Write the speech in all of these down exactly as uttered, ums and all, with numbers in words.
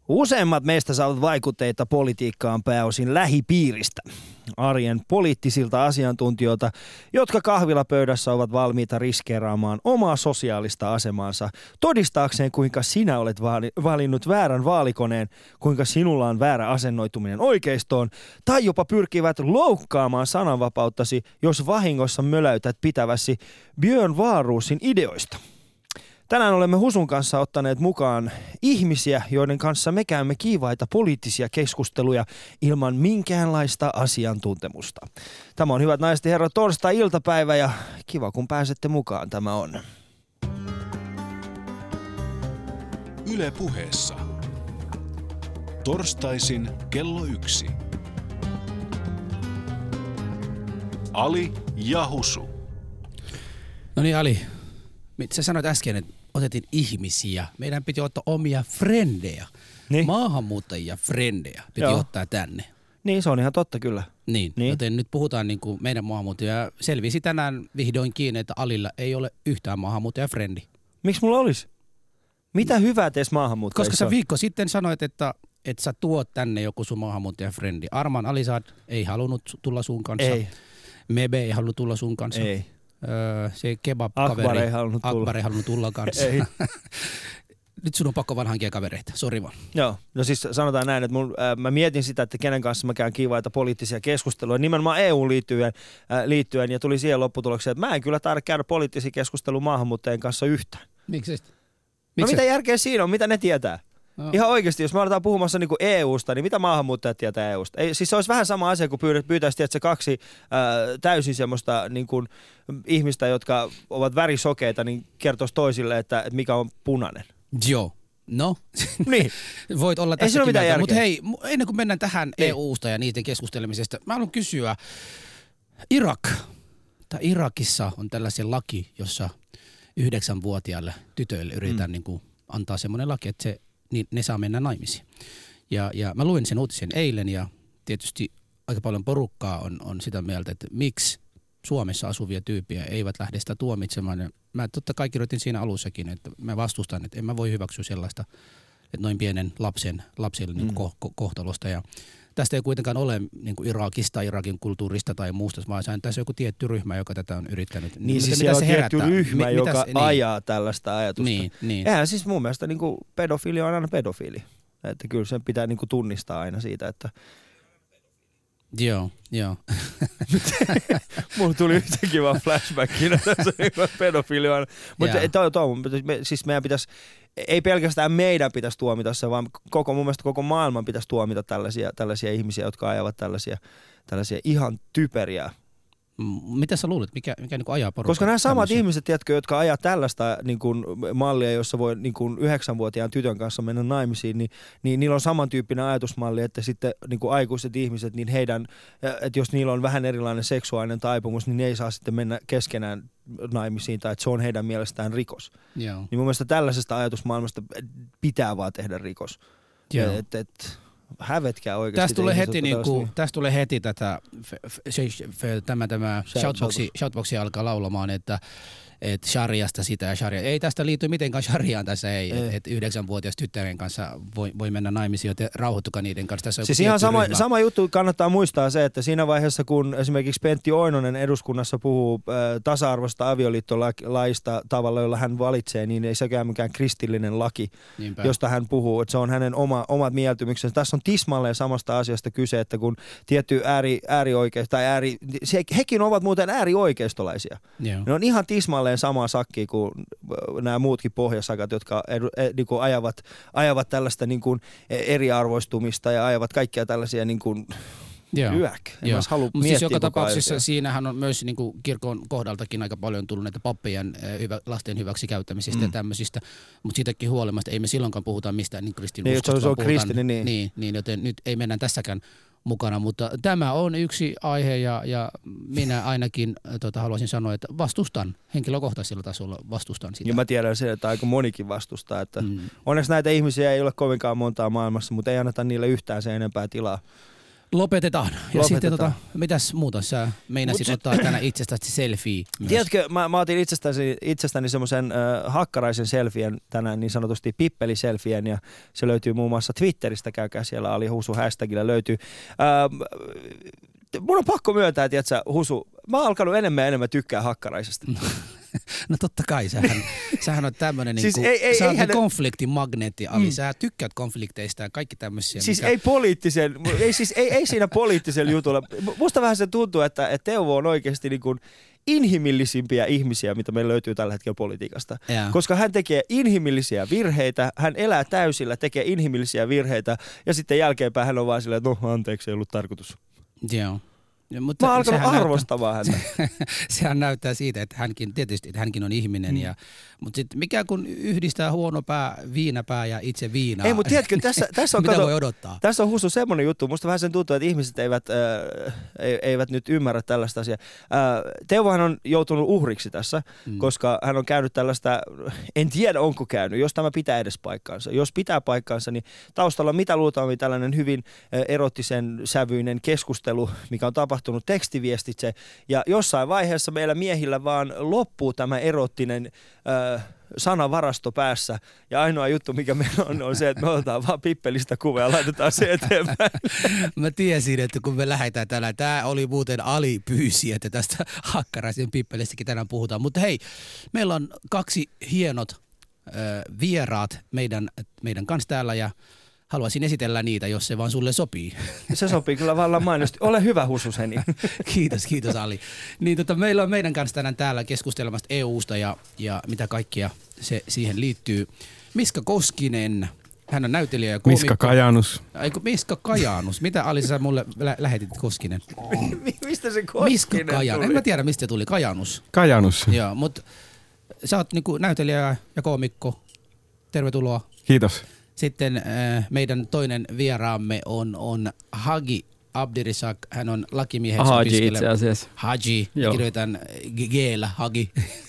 Useimmat meistä saavat vaikutteita politiikkaan pääosin lähipiiristä. Arjen poliittisilta asiantuntijoilta, jotka kahvilapöydässä ovat valmiita riskeeraamaan omaa sosiaalista asemaansa, todistaakseen kuinka sinä olet valinnut väärän vaalikoneen, kuinka sinulla on väärä asennoituminen oikeistoon, tai jopa pyrkivät loukkaamaan sananvapauttasi, jos vahingossa möläytät pitäväsi Björn Wahlroosin ideoista. Tänään olemme Husun kanssa ottaneet mukaan ihmisiä, joiden kanssa me käymme kiivaita poliittisia keskusteluja ilman minkäänlaista asiantuntemusta. Tämä on, hyvät naiset ja herrat, torstai-iltapäivä ja kiva kun pääsette mukaan, tämä on. Yle Puheessa. Torstaisin kello yksi. Ali ja Husu. No niin, Ali. Sä sanoit äsken, että otettiin ihmisiä. Meidän piti ottaa omia frendejä. Niin. Maahanmuuttajia frendejä piti Joo. ottaa tänne. Niin, se on ihan totta kyllä. Niin, niin. Joten nyt puhutaan niin kuin meidän maahanmuuttajia. Selvisi tänään vihdoinkin, että Alilla ei ole yhtään maahanmuuttajafrendi. Miksi mulla olisi? Mitä hyvää tees maahanmuuttajissa? Koska sä viikko sitten sanoit, että, että sä tuot tänne joku sun maahanmuuttajafrendi. Arman Alisad ei halunnut tulla sun kanssa. Ei. Mebe ei halunnut tulla sun kanssa. Ei. Öö, se kebab-kaveri. Akbar ei halunnut tulla. Akbar ei halunnut tulla kanssa. Ei. Nyt sun on pakko vaan hankia kavereita, sori vaan. Joo, no siis sanotaan näin, että mun, äh, mä mietin sitä, että kenen kanssa mä käyn kiivaita poliittisia keskusteluja, nimenomaan E U:n liittyen, äh, liittyen, ja tuli siihen lopputulokseen, että mä en kyllä taida käydä poliittisia keskusteluja maahanmuuttajien kanssa yhtään. Miksi? No Miksi? mitä järkeä siinä on, mitä ne tietää? No. Ihan oikeasti, jos me aletaan puhumassa niin kuin E U:sta, niin mitä maahanmuuttajat tietää E U:sta? Ei, siis se olisi vähän sama asia, kun pyytäisi tietysti kaksi ää, täysin semmoista niin kuin, ihmistä, jotka ovat värisokeita, niin kertoisi toisille, että, että mikä on punainen. Joo. No, niin. voit olla tässäkin mieltä. Mutta hei, ennen kuin mennään tähän ei. E U:sta ja niiden keskustelemisesta, mä haluan kysyä, Irak, tai Irakissa on tällaisen laki, jossa yhdeksänvuotiaille tytöille yritetään mm. niin kuin antaa semmoinen laki, että se niin ne saa mennä naimisiin. Ja, ja mä luin sen uutisen eilen ja tietysti aika paljon porukkaa on, on sitä mieltä, että miksi Suomessa asuvia tyyppiä eivät lähde sitä tuomitsemaan. Ja mä totta kai kirjoitin siinä alussakin, että mä vastustan, että en mä voi hyväksyä sellaista, että noin pienen lapsen, lapsille niin kuin mm. ko- kohtalosta. Ja tästä ei kuitenkaan ole niin kuin Irakista, Irakin kulttuurista tai muusta, vaan se on tässä joku tietty ryhmä, joka tätä on yrittänyt. Niin siis siellä on tietty ryhmä, Mi- joka mitäs, ajaa niin. tällaista ajatusta. Niin, niin. Eihän siis mun mielestä niin kuin pedofiili on aina pedofiili. Että kyllä sen pitää niin kuin tunnistaa aina siitä, että... Joo, joo. Mulla tuli yhtäkin vaan flashbackina tässä, että pedofiili on. Mutta me, siis meidän pitäisi, ei pelkästään meidän pitäisi tuomita se, vaan koko, mun mielestä koko maailman pitäisi tuomita tällaisia, tällaisia ihmisiä, jotka ajavat tällaisia, tällaisia ihan typeriä. Mitä sä luulet, mikä, mikä niin kuin ajaa porukkaa? Koska nämä samat tämmöisiä ihmiset, tiedätkö, jotka ajaa tällaista niin kuin mallia, jossa voi niin kuin yhdeksänvuotiaan tytön kanssa mennä naimisiin, niin, niin niillä on samantyyppinen ajatusmalli, että sitten niin kuin aikuiset ihmiset, niin heidän, että jos niillä on vähän erilainen seksuaalinen taipumus, niin ne ei saa sitten mennä keskenään naimisiin, tai että se on heidän mielestään rikos. Joo. Niin mun mielestä tällaisesta ajatusmaailmasta pitää vaan tehdä rikos. Et, et, hävetkää oikeasti. Tästä tulee heti niinku, tästä tulee heti tätä f, f, f, tämä tämä shoutboxi shoutboxi alkaa laulamaan, että että shariasta sitä ja sharia. Ei tästä liity mitenkään shariaan tässä, ei. ei. Että yhdeksänvuotias tyttären kanssa voi, voi mennä naimisiin, joten rauhoittukaa niiden kanssa. Tässä on siis ihan sama, sama juttu kannattaa muistaa se, että siinä vaiheessa, kun esimerkiksi Pentti Oinonen eduskunnassa puhuu äh, tasa-arvoista avioliittolaista tavalla, jolla hän valitsee, niin ei sekään mikään kristillinen laki, Niinpä. josta hän puhuu. Että se on hänen oma, omat mieltymyksensä. Tässä on tismalleen samasta asiasta kyse, että kun tietty ääri, äärioikeus, tai ääri, se, hekin ovat muuten äärioikeistolaisia. Joo. Ne on ihan tismalleen samaa sakkia kuin nämä muutkin pohjasakat, jotka edu, e, niin kuin ajavat, ajavat tällaista niin kuin eriarvoistumista ja ajavat kaikkia tällaisia niin kuin yäk. En halua miettiä siis joka tapauksessa siinähän on myös niin kuin kirkon kohdaltakin aika paljon tullut näitä pappejen hyvä, lasten hyväksi käyttämisistä mm. ja tämmöisistä, mutta siitäkin huolimatta ei me silloinkaan puhuta mistään niin kristinuskosta. Niin, se on kristinen, niin. Niin, niin, joten nyt ei mennä tässäkään mukana, mutta tämä on yksi aihe ja, ja minä ainakin tota, haluaisin sanoa, että vastustan henkilökohtaisella tasolla, vastustan sitä. Ja mä tiedän sen, että aika monikin vastustaa, että mm. onneksi näitä ihmisiä ei ole kovinkaan montaa maailmassa, mutta ei anneta niille yhtään sen enempää tilaa. Lopetetaan. Ja Lopetetaan. Sitten tota, mitäs muuta sä meinasit Mut, ottaa tänä itsestäsi selfie myös? Tiedätkö, mä, mä otin itsestäni, itsestäni semmoisen äh, hakkaraisen selfien tänään, niin sanotusti pippeliselfien, ja se löytyy muun muassa Twitteristä, käykää siellä, Ali Husu hashtagillä löytyy. Äh, mun on pakko myöntää, että sä, Husu, mä oon alkanut enemmän ja enemmän tykkää hakkaraisesta. No totta kai, sähän, sähän on tämmönen siis niinku, ei, ei, sä oot hänen... konfliktimagneetti, Ali, mm. sä tykkäät konflikteista ja kaikki tämmöisiä. Siis mikä... ei poliittisen, ei, siis, ei, ei siinä poliittisella jutulla. Musta vähän se tuntuu, että, että Teuvo on oikeasti niin kuin inhimillisimpiä ihmisiä, mitä meillä löytyy tällä hetkellä politiikasta. Ja. Koska hän tekee inhimillisiä virheitä, hän elää täysillä, tekee inhimillisiä virheitä ja sitten jälkeenpäin hän on vaan silleen, että no anteeksi, ei ollut tarkoitus. Joo. Ja, mutta mä oon alkanut arvostamaan näyttää, häntä. Sehän näyttää siitä, että hänkin, tietysti, että hänkin on ihminen. Mm. Ja, mutta sitten mikä kun yhdistää huono pää, viinapää ja itse viinaa. Ei, mutta tiedätkö, tässä, tässä on, mitä kato, voi odottaa? Tässä on Husu semmoinen juttu. Musta vähän sen tuntuu, että ihmiset eivät, äh, eivät nyt ymmärrä tällaista asiaa. Äh, Teuvohan on joutunut uhriksi tässä, mm. koska hän on käynyt tällaista, en tiedä onko käynyt, jos tämä pitää edes paikkaansa. Jos pitää paikkaansa, niin taustalla mitä luultavasti tällainen hyvin äh, erottisen sävyinen keskustelu, mikä on tapahtunut tekstiviestitse. Ja jossain vaiheessa meillä miehillä vaan loppuu tämä erottinen äh, sanavarasto päässä. Ja ainoa juttu, mikä meillä on, on se, että me otetaan vaan pippelistä kuva ja laitetaan se eteenpäin. Mä tiesin, että kun me lähdetään tänään, tää oli muuten Ali pyysi, että tästä hakkaraisen pippelistäkin tänään puhutaan. Mutta hei, meillä on kaksi hienot äh, vieraat meidän, meidän kanssa täällä ja haluaisin esitellä niitä, jos se vaan sulle sopii. Se sopii kyllä vallan mainosti. Ole hyvä, Hususeni. Kiitos, kiitos Ali. Niin, tota, meillä on meidän kanssa tänään täällä keskustelemassa E U:sta ja, ja mitä kaikkia se siihen liittyy. Miska Koskinen, hän on näyttelijä ja koomikko. Miska Kajanus. Eiku, Miska Kajanus. Mitä Ali sä mulle lä- lähetit Koskinen? Mistä se Koskinen Miska Kajanus. En mä tiedä, mistä tuli Kajanus. Kajanus. Joo, mutta sä oot niinku näyttelijä ja koomikko. Tervetuloa. Kiitos. Sitten äh, meidän toinen vieraamme on, on Hagi Abdirizak. Hän on lakimieheksi Haji opiskeleva. itse asiassa. Haji. Kirjoitan G-llä Hagi.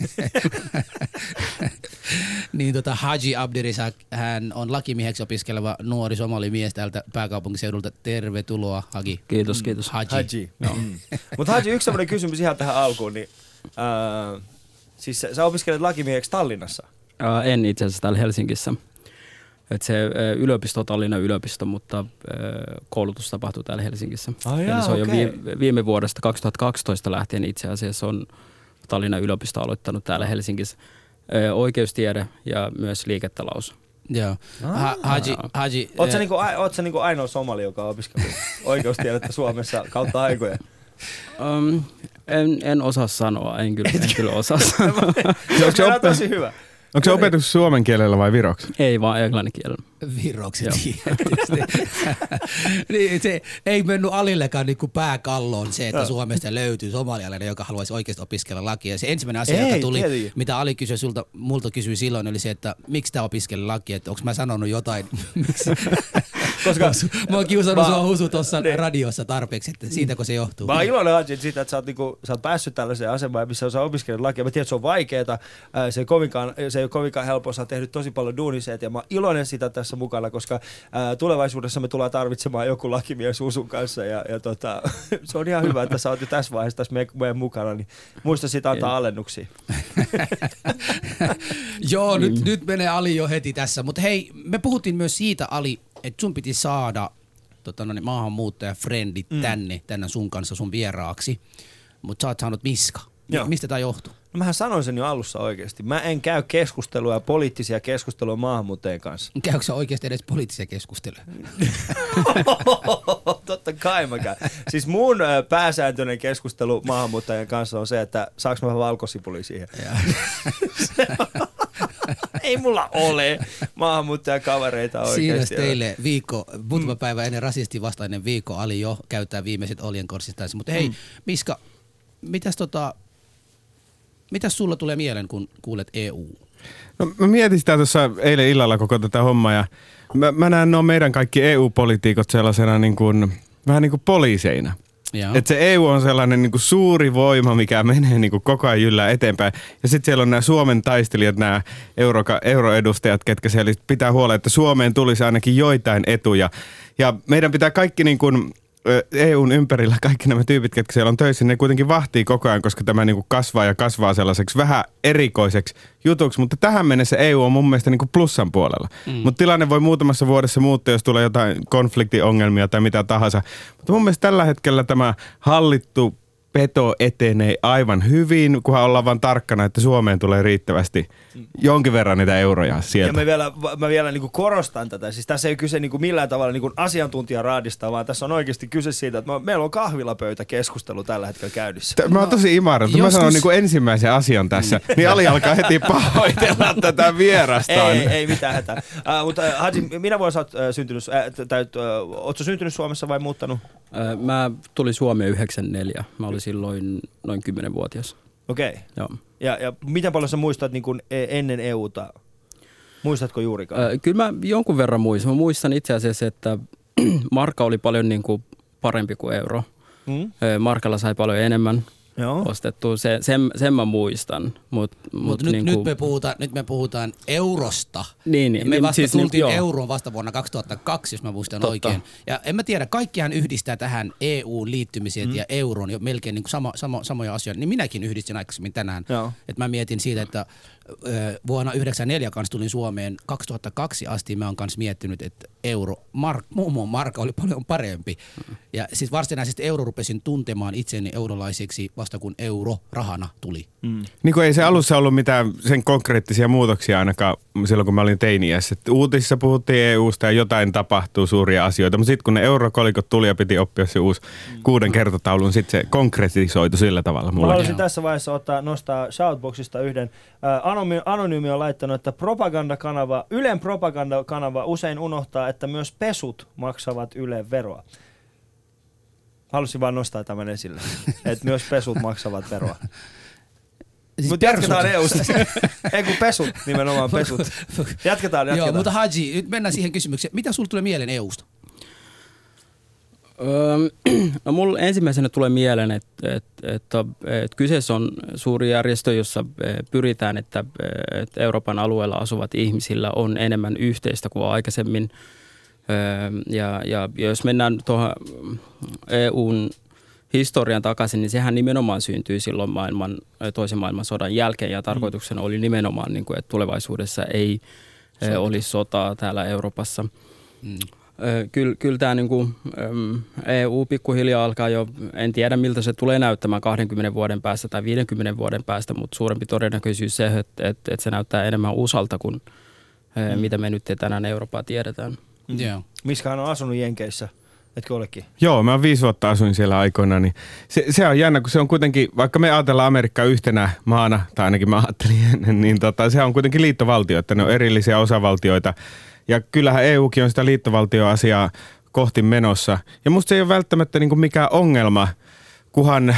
niin tota Haji Abdirizak. Hän on lakimieheksi opiskeleva nuori somalimies täältä pääkaupunkiseudulta. Tervetuloa, Hagi. Kiitos, kiitos. Haji. Haji. Mm. Mutta Haji, yksi sellainen kysymys ihan tähän alkuun. Niin, äh, siis sä, sä opiskelet lakimieheksi Tallinnassa? Uh, en itse asiassa täällä Helsingissä. Et se yliopisto on Tallinnan yliopisto, mutta koulutus tapahtuu täällä Helsingissä. Oh, jaa, Eli se on okay. jo viime, viime vuodesta kaksituhattakaksitoista lähtien itse asiassa on Tallinnan yliopisto aloittanut täällä Helsingissä oikeustiede ja myös liiketalous. Joo. Ha- Haji, Haji. Oot sä, niinku, oot sä niinku ainoa somali, joka on opiskellut oikeustiedettä Suomessa kautta aikoja? Um, en, en osaa sanoa, en kyllä, en kyllä osaa sanoa. Se on opet- tosi hyvä. Onko se opetus suomen kielellä vai viroksi? Ei, vaan englannin kielellä. Viroksi tietysti. niin, se ei mennyt Alillekaan niin kuin pääkalloon se, että Suomesta löytyy somalialainen, joka haluaisi oikeasti opiskella lakia. Se ensimmäinen asia, ei, joka tuli, tiedä. mitä Ali kysyi sulta, multa kysyi silloin, oli se, että miksi tämä opiskelee lakia, että onko mä sanonut jotain. Koska mä oon kiusannut sua Husu tuossa niin. radiossa tarpeeksi, että siitäkö se johtuu. Mä oon iloinen siitä, että sä oot, niinku, sä oot päässyt tällaiseen asemaan, missä sä opiskellut lakia. Mä tiedän, että se on vaikeeta, se ei kovinkaan, se ei ole kovinkaan helppoa, sä oot tehnyt tosi paljon duuniseet ja mä oon iloinen sitä tässä mukana, koska ää, tulevaisuudessa me tullaan tarvitsemaan joku lakimies Husun kanssa ja, ja tota, se on ihan hyvä, että sä oot jo tässä vaiheessa tässä meidän, meidän mukana, niin muista siitä antaa alennuksia. Joo, nyt, nyt menee Ali jo heti tässä, mutta hei, me puhuttiin myös siitä, Ali, että sun piti saada tota, no niin, maahanmuuttajafrendit mm. tänne, tänne sun kanssa sun vieraaksi, mutta sä oot saanut Miska. Joo. Mistä tää johtuu? No mähän sanoin sen jo alussa oikeasti. Mä en käy keskustelua, poliittisia keskusteluja maahanmuuttajien kanssa. Käykö sä oikeasti edes poliittisia keskusteluja? Totta kai mä käyn. Siis mun pääsääntöinen keskustelu maahanmuuttajien kanssa on se, että saaks mä valkosipulia siihen? Ei mulla ole maahanmuuttajakavereita oikeasti. Siinä teille viikko, muutama mm. päivä ennen rasistivastainen viikko, Ali jo käyttää viimeiset oljenkorsistansa. Mutta hei, mm. Miska, mitäs tota... Mitäs sulla tulee mieleen, kun kuulet E U? No, mä mietin sitä tuossa eilen illalla koko tätä hommaa ja mä, mä näen nuo meidän kaikki E U-politiikot sellaisena niin kuin, vähän niin kuin poliiseina. Että se E U on sellainen niin kuin suuri voima, mikä menee niin kuin koko ajan yllää eteenpäin. Ja sitten siellä on nämä Suomen taistelijat, nämä euro, euroedustajat, ketkä siellä pitää huolta, että Suomeen tulisi ainakin joitain etuja. Ja meidän pitää kaikki niin kuin E U:n ympärillä kaikki nämä tyypit, ketkä siellä on töissä, ne kuitenkin vahtii koko ajan, koska tämä niinku kasvaa ja kasvaa sellaiseksi vähän erikoiseksi jutuksi. Mutta tähän mennessä E U on mun mielestä niinku plussan puolella. Mm. Mutta tilanne voi muutamassa vuodessa muuttua, jos tulee jotain konfliktiongelmia tai mitä tahansa. Mutta mun mielestä tällä hetkellä tämä hallittu peto etenee aivan hyvin, kunhan ollaan vaan tarkkana, että Suomeen tulee riittävästi jonkin verran niitä euroja sieltä. Ja mä vielä, mä vielä niin kuin korostan tätä. Siis tässä ei kyse niin kuin millään tavalla niin kuin asiantuntijaraadista, vaan tässä on oikeasti kyse siitä, että meillä on kahvilapöytäkeskustelu tällä hetkellä käynnissä. Mä oon tosi imarrastunut. Mä sanon niin kuin ensimmäisen asian tässä, niin Ali alkaa heti pahoitella tätä vierastaan. Ei, ei mitään hätää. Uh, mutta uh, Hadji, minä vuonna sä oot uh, syntynyt? Uh, tai, uh, ootko syntynyt Suomessa vai muuttanut? Uh, mä tulin Suomeen yhdeksänkymmentäneljä. Mä olin silloin noin kymmenvuotias. Okei. Okay. Joo. Ja, ja miten paljon sä muistat niin kun ennen E U:ta? Muistatko juurikaan? Öö, kyllä mä jonkun verran muistan. Mä muistan itse asiassa, että markka oli paljon niin kuin parempi kuin euro. Mm. Öö, markalla sai paljon enemmän Joo. ostettua. Se, sen, sen mä muistan. Mutta mut mut nyt, niin nyt, me puhutaan, nyt me puhutaan eurosta. Niin, niin, me vasta siis, tultiin niin, euroon vasta vuonna kaksituhattakaksi, jos mä muistan Totta. oikein. Ja en mä tiedä, kaikkiaan yhdistää tähän E U:n liittymiseen mm. ja euroon jo melkein niin kuin sama, sama, samoja asioita. Niin minäkin yhdistin aikaisemmin tänään. Että mä mietin siitä, että vuonna yhdeksänkymmentäneljä kanssa tulin Suomeen, kaksituhattakaksi asti mä oon kanssa miettinyt, että euro, mark, muun markka oli paljon parempi. Mm. Ja siis varsinaisesti euro rupesin tuntemaan itseni eurolaiseksi vasta kun euro rahana tuli. Mm. Niin kuin ei se alussa ollut mitään sen konkreettisia muutoksia ainakaan silloin, kun mä olin teini-iässä. Uutisissa puhuttiin E U:sta ja jotain tapahtuu, suuria asioita. Mutta sitten kun ne eurokolikot tuli ja piti oppia se uusi mm. kuuden kertotaulun, sitten se konkretisoitu sillä tavalla. Mä haluaisin tässä vaiheessa ottaa, nostaa Shoutboxista yhden. Äh, Anonyymi on laittanut, että propagandakanava, Ylen propagandakanava usein unohtaa, että myös pesut maksavat Ylen veroa. Halusin vaan nostaa tämän esille, että myös pesut maksavat veroa. Siis mutta jatketaan E U:sta. Ei kun pesut, nimenomaan pesut. Jatketaan, jatketaan. Joo, mutta Hadji, nyt mennään siihen kysymykseen. Mitä sulla tulee mieleen E U:sta? Öö, no mulla ensimmäisenä tulee mieleen, että, että, että, että kyseessä on suuri järjestö, jossa pyritään, että, että Euroopan alueella asuvat ihmisillä on enemmän yhteistä kuin aikaisemmin. Öö, ja, ja jos mennään tuohon E U:n historian takaisin, niin sehän nimenomaan syntyi silloin maailman, toisen maailmansodan jälkeen ja tarkoituksena oli nimenomaan, niin kuin, että tulevaisuudessa ei Sota. olisi sotaa täällä Euroopassa. Mm. Kyllä, kyllä tämä niin kuin, E U pikkuhiljaa alkaa jo, en tiedä miltä se tulee näyttämään kahdenkymmenen vuoden päästä tai viidenkymmenen vuoden päästä, mutta suurempi todennäköisyys se, että, että, että se näyttää enemmän U S A:lta kuin mm. mitä me nyt tänään Eurooppaa tiedetään. Mm. Yeah. Miskähän on asunut Jenkeissä? Etkö olekin? Joo, mä viisi vuotta asuin siellä aikoina, niin se, se on jännä, kun se on kuitenkin, vaikka me ajatellaan Amerikkaa yhtenä maana, tai ainakin mä ajattelin ennen, niin tota, se on kuitenkin liittovaltio, että ne on erillisiä osavaltioita. Ja kyllähän E U:kin on sitä liittovaltioasiaa kohti menossa. Ja musta se ei ole välttämättä niin kuin mikään ongelma, kunhan,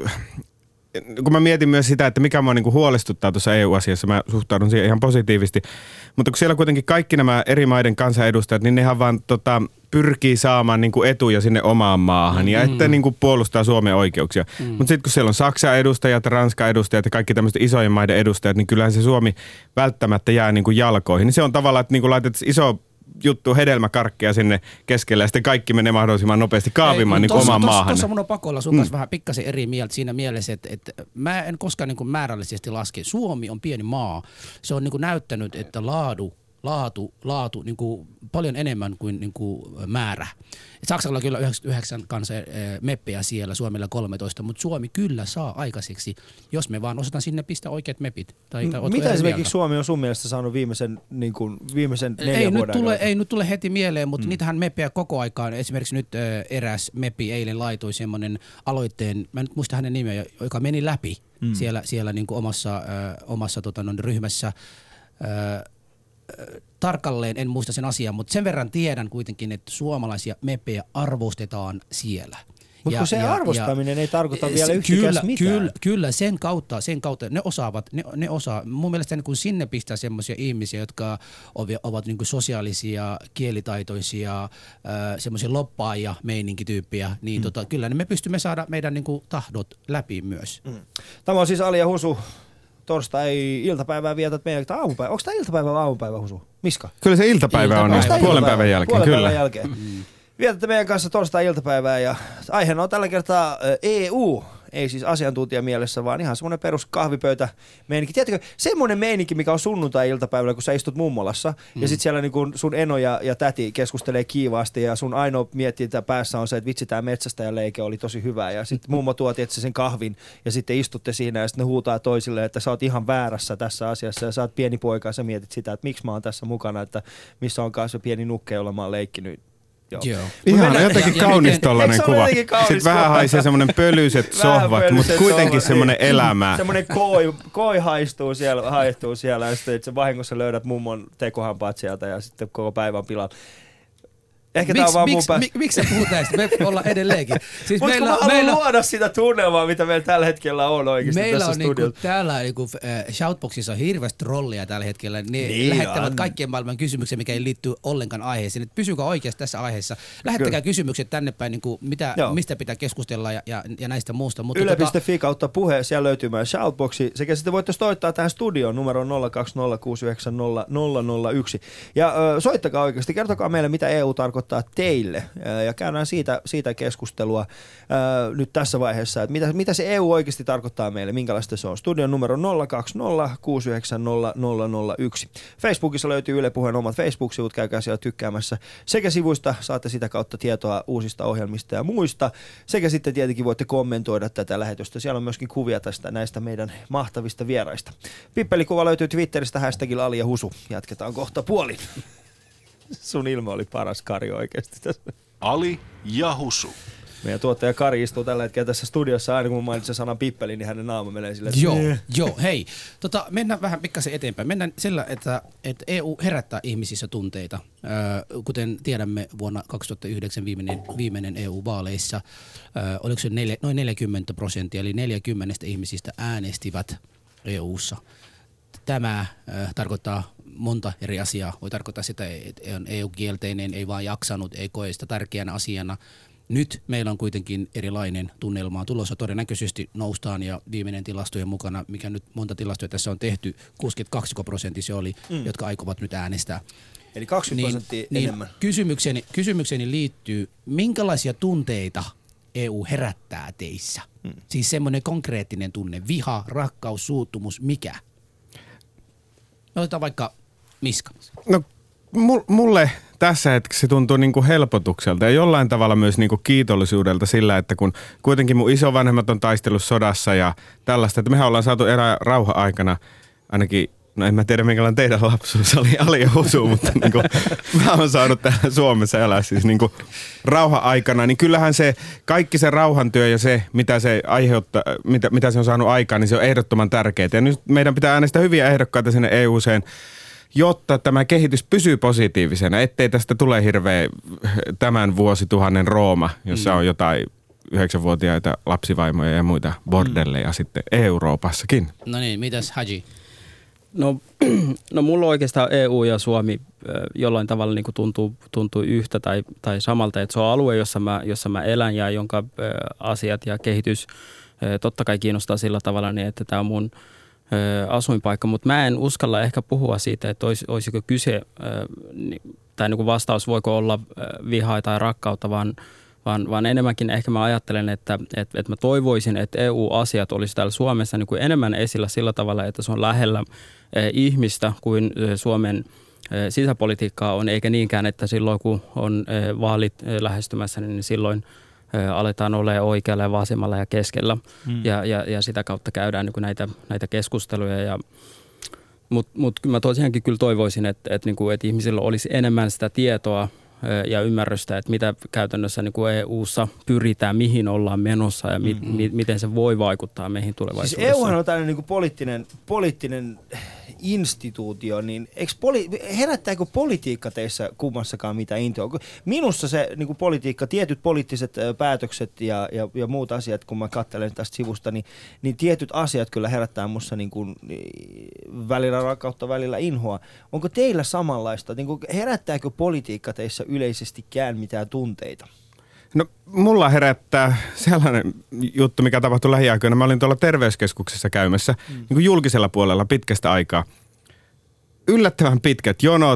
kun mä mietin myös sitä, että mikä mua niin kuin huolestuttaa tuossa E U-asiassa, mä suhtaudun siihen ihan positiivisesti. Mutta kun siellä kuitenkin kaikki nämä eri maiden kansanedustajat, niin nehän vaan tota, pyrkii saamaan niin kuin etuja sinne omaan maahan ja mm. että niin kuin puolustaa Suomen oikeuksia. Mm. Mutta sitten kun siellä on Saksan edustajat, Ranskan edustajat ja kaikki tämmöiset isojen maiden edustajat, niin kyllähän se Suomi välttämättä jää niin kuin jalkoihin. Niin se on tavallaan, että niin kuin laitet iso juttu hedelmäkarkkia sinne keskelle ja sitten kaikki menee mahdollisimman nopeasti kaavimaan niin omaan maahan. Tuossa mun on pakko olla sun kanssa mm. vähän pikkasen eri mieltä siinä mielessä, että, että mä en koskaan niin kuin määrällisesti laske. Suomi on pieni maa. Se on niin kuin näyttänyt, että laadu Laatu, laatu niin kuin paljon enemmän kuin, niin kuin määrä. Et Saksalla kyllä yhdeksänkymmentäyhdeksän kanssa e, meppejä siellä, Suomella kolmetoista, mutta Suomi kyllä saa aikaiseksi, jos me vaan osataan sinne pistää oikeat mepit. Tai, tai mitä esimerkiksi mieltä? Suomi on sun mielestä saanut viimeisen, niin kuin, viimeisen neljän ei vuoden nyt tule, Ei nyt tule heti mieleen, mutta mm. niitähän meppejä koko aikaan. Esimerkiksi nyt ä, eräs meppi eilen laitoi semmoinen aloitteen, mä en nyt muista hänen nimeä, joka meni läpi mm. siellä, siellä niin kuin omassa, ä, omassa tota, no, ryhmässä. Ä, tarkalleen en muista sen asian, mutta sen verran tiedän kuitenkin, että suomalaisia meppejä arvostetaan siellä. Mutta kun se ja, arvostaminen ja, ei tarkoita vielä se, yhtikäs kyllä, mitään. Kyllä, kyllä sen kautta, sen kautta ne osaavat, ne, ne osaa. Mun mielestä kun sinne pistää semmoisia ihmisiä, jotka ovat niin kuin sosiaalisia, kielitaitoisia, äh, semmoisia loppaajia, meininkityyppiä, niin mm. tota, kyllä me pystymme saada meidän niin kuin tahdot läpi myös. Mm. Tämä on siis Ali ja Husu. Torstai-iltapäivää vietät meidän aamupäivä. Onko tämä iltapäivä vai aamupäivä, Husu? Miska? Kyllä se iltapäivä, iltapäivä on, on puolen päivän jälkeen. Puolen kyllä. päivän jälkeen. Mm. Vietätte meidän kanssa torstai-iltapäivää ja aiheena on tällä kertaa E U. Ei siis asiantuntijamielessä, vaan ihan semmoinen perus kahvipöytä meininki. Tiedätkö, semmoinen meininki, mikä on sunnuntai-iltapäivällä, kun sä istut mummolassa mm. ja sit siellä niin kun sun eno ja, ja täti keskustelee kiivaasti ja sun ainoa miettintä päässä on se, että vitsi tää metsästäjäleike oli tosi hyvä ja sit mummo tuo tietysti sen kahvin ja sitten istutte siinä ja sitten ne huutaa toisille, että sä oot ihan väärässä tässä asiassa ja sä oot pieni poika ja sä mietit sitä, että miksi mä oon tässä mukana, että missä on kanssa pieni nukke, jolla mä oon leikkinyt. Joo. Joo. Ihan jotenkin ja, kaunis ja tollainen kuva. Kaunis Sitten kuva. Vähän haisee semmoinen pölyiset sohvat, mutta kuitenkin semmoinen niin, elämä. Semmoinen koi, koi haistuu siellä, haihtuu siellä ja sitten itse vahingossa löydät mummon tekohampaat sieltä ja sitten koko päivän pilalla. Ehkä miks, tää on vaan miks, mun päästä. Mik, miksi sä puhut näistä? Me ollaan edelleenkin. Siis mutta meillä, kun mä meillä, luoda sitä tunnelmaa, mitä meillä tällä hetkellä on oikeasti meillä tässä on studiossa. Niinku, täällä niinku, äh, Shoutboxissa on hirveästi trollia tällä hetkellä. Ne niin lähettävät on. kaikkien maailman kysymyksiä, mikä ei liitty ollenkaan aiheeseen. Et pysykää oikeasti tässä aiheessa. Lähettäkää Kyllä. kysymykset tänne päin, niinku, mitä, mistä pitää keskustella ja, ja, ja näistä muusta. Yle piste fi tota... kautta puhe, siellä löytyy meidän Shoutboxi. Sekä sitten voitte soittaa tähän studioon numero nolla kaksi nolla kuusi yhdeksän nolla nolla nolla yksi. Ja ö, soittakaa oikeasti, kertokaa meille, mitä E U tarkoittaa teille. Ja käydään siitä, siitä keskustelua ää, nyt tässä vaiheessa, että mitä, mitä se E U oikeasti tarkoittaa meille, minkälaista se on. Studion numero nolla kaksi nolla kuusi yhdeksän nolla nolla nolla yksi. Facebookissa löytyy Yle Puheen omat Facebook-sivut, käykää siellä tykkäämässä. Sekä sivuista saatte sitä kautta tietoa uusista ohjelmista ja muista. Sekä sitten tietenkin voitte kommentoida tätä lähetystä. Siellä on myöskin kuvia tästä näistä meidän mahtavista vieraista. Pippelikuva löytyy Twitteristä, hashtagilla Ali ja Husu. Jatketaan kohta puolin. Sun ilme oli paras, Kari, oikeasti tässä. Ali ja Husu. Meidän tuottaja Kari istuu tällä hetkellä tässä studiossa. Aina kun mä mainitsen sanan pippeli, niin hänen naama menee silleen. Joo, joo, hei. Tota, mennään vähän pikkasen eteenpäin. Mennään sillä, että, että E U herättää ihmisissä tunteita. Äh, kuten tiedämme, vuonna kaksituhattayhdeksän viimeinen, viimeinen E U-vaaleissa, äh, oliko se neljä, noin neljäkymmentä prosenttia, eli neljäkymmentä ihmisistä äänestivät E U:ssa. Tämä äh, tarkoittaa monta eri asiaa. Voi tarkoittaa sitä, että on E U-kielteinen, ei vaan jaksanut, ei koe sitä tärkeänä asiana. Nyt meillä on kuitenkin erilainen tunnelma tulossa. Todennäköisesti noustaan ja viimeinen tilastojen mukana, mikä nyt monta tilastoja tässä on tehty, kuusikymmentäkaksi prosenttia se oli, mm. jotka aikovat nyt äänestää. Eli kaksikymmentä prosenttia niin, enemmän. Niin kysymykseni, kysymykseni liittyy, minkälaisia tunteita E U herättää teissä? Mm. Siis semmoinen konkreettinen tunne, viha, rakkaus, suuttumus, mikä? Otetaan vaikka Miska. No mulle tässä hetkessä se tuntuu niinku helpotukselta ja jollain tavalla myös niinku kiitollisuudelta sillä, että kun kuitenkin mun isovanhemmat on taistellut sodassa ja tällaista, että mehän ollaan saatu erään rauha-aikana ainakin, no en mä tiedä minkälainen teidän lapsuus oli Ali ja Husu, mutta niinku, mä oon saanut täällä Suomessa elää siis niinku rauha-aikana, niin kyllähän se kaikki se rauhantyö ja se, mitä se aiheuttaa, mitä, mitä se on saanut aikaan, niin se on ehdottoman tärkeää. Ja nyt meidän pitää äänestää hyviä ehdokkaita sinne E U:seen, jotta tämä kehitys pysyy positiivisena, ettei tästä tule hirveä tämän vuosituhannen Rooma, jossa mm. on jotain yhdeksänvuotiaita lapsivaimoja ja muita bordelleja mm. sitten Euroopassakin. No niin, mitäs Haji? No, no mulla oikeastaan E U ja Suomi jollain tavalla niin kuin tuntuu, tuntuu yhtä tai, tai samalta, että se on alue, jossa mä, jossa mä elän ja jonka asiat ja kehitys totta kai kiinnostaa sillä tavalla, niin että tämä on mun asuinpaikka, mutta mä en uskalla ehkä puhua siitä, että olis, olisiko kyse, tai niin kuin vastaus voiko olla vihaa tai rakkautta, vaan, vaan, vaan enemmänkin ehkä mä ajattelen, että, että, että mä toivoisin, että E U-asiat olisi täällä Suomessa niin kuin enemmän esillä sillä tavalla, että se on lähellä ihmistä kuin Suomen sisäpolitiikkaa on, eikä niinkään, että silloin kun on vaalit lähestymässä, niin silloin aletaan olemaan oikealla ja vasemmalla ja keskellä hmm. ja, ja, ja sitä kautta käydään niin kuin näitä, näitä keskusteluja. Ja, mutta mut mä tosiaankin kyllä toivoisin, että, että, niin kuin, että ihmisillä olisi enemmän sitä tietoa ja ymmärrystä, että mitä käytännössä niin kuin E U:ssa pyritään, mihin ollaan menossa ja mi, mm-hmm. mi, miten se voi vaikuttaa meihin tulevaisuudessa. Siis E Uhan on tällainen niin kuin poliittinen, poliittinen instituutio, niin poli- herättääkö politiikka teissä kummassakaan mitään intoa? Minussa se niin kuin politiikka, tietyt poliittiset päätökset ja, ja, ja muut asiat, kun mä katselen tästä sivusta, niin, niin tietyt asiat kyllä herättää musta niin kuin, välillä rakkautta, välillä inhoa. Onko teillä samanlaista? Niin kuin, herättääkö politiikka teissä yleisestikään mitään tunteita? No mulla herättää sellainen juttu, mikä tapahtui lähiaikoina. Mä olin tuolla terveyskeskuksessa käymässä mm. niin kuin julkisella puolella pitkästä aikaa. Yllättävän pitkät jonot,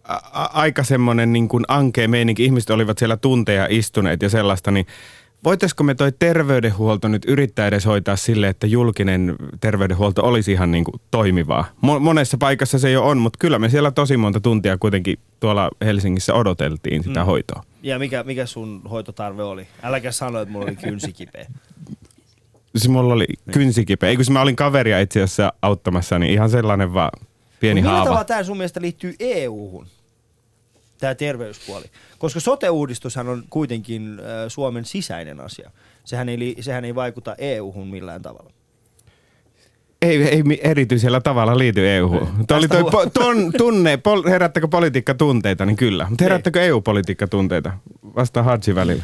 a- aika semmoinen niin kuin ankea meininki. Ihmiset olivat siellä tunteja istuneet ja sellaista, niin voitaisiko me toi terveydenhuolto nyt yrittää edes hoitaa sille, että julkinen terveydenhuolto olisi ihan niin kuin toimivaa? Mo- monessa paikassa se jo on, mutta kyllä me siellä tosi monta tuntia kuitenkin tuolla Helsingissä odoteltiin sitä mm. hoitoa. Ja mikä, mikä sun hoitotarve oli? Äläkä sano, että mulla oli kynsikipeä. Se mulla oli niin. kynsikipeä. Ei kun mä olin kaveria itse asiassa auttamassa, niin ihan sellainen vaan pieni haava. Millä tavalla tämä sun mielestä liittyy E U-hun? Tämä terveyspuoli. Koska sote-uudistushan on kuitenkin äh, Suomen sisäinen asia. Sehän ei, sehän ei vaikuta E U-hun millään tavalla. Ei, ei erityisellä tavalla liity E U-hun. Tuo oli toi po, ton, tunne, pol, herättäkö politiikka tunteita, niin kyllä. Mutta herättäkö E U-politiikka tunteita? Vasta Hadji välillä.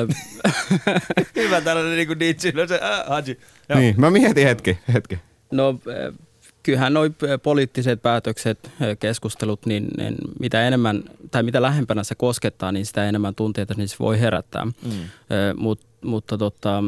Hyvä tällainen niin kuin ditsi. No se, äh, Hadji. Niin, mä mietin hetki. hetki. No kyllähän noi poliittiset päätökset, keskustelut, niin, niin mitä enemmän tai mitä lähempänä se koskettaa, niin sitä enemmän tunteita niin se voi herättää. Mm. Mut, mutta tota,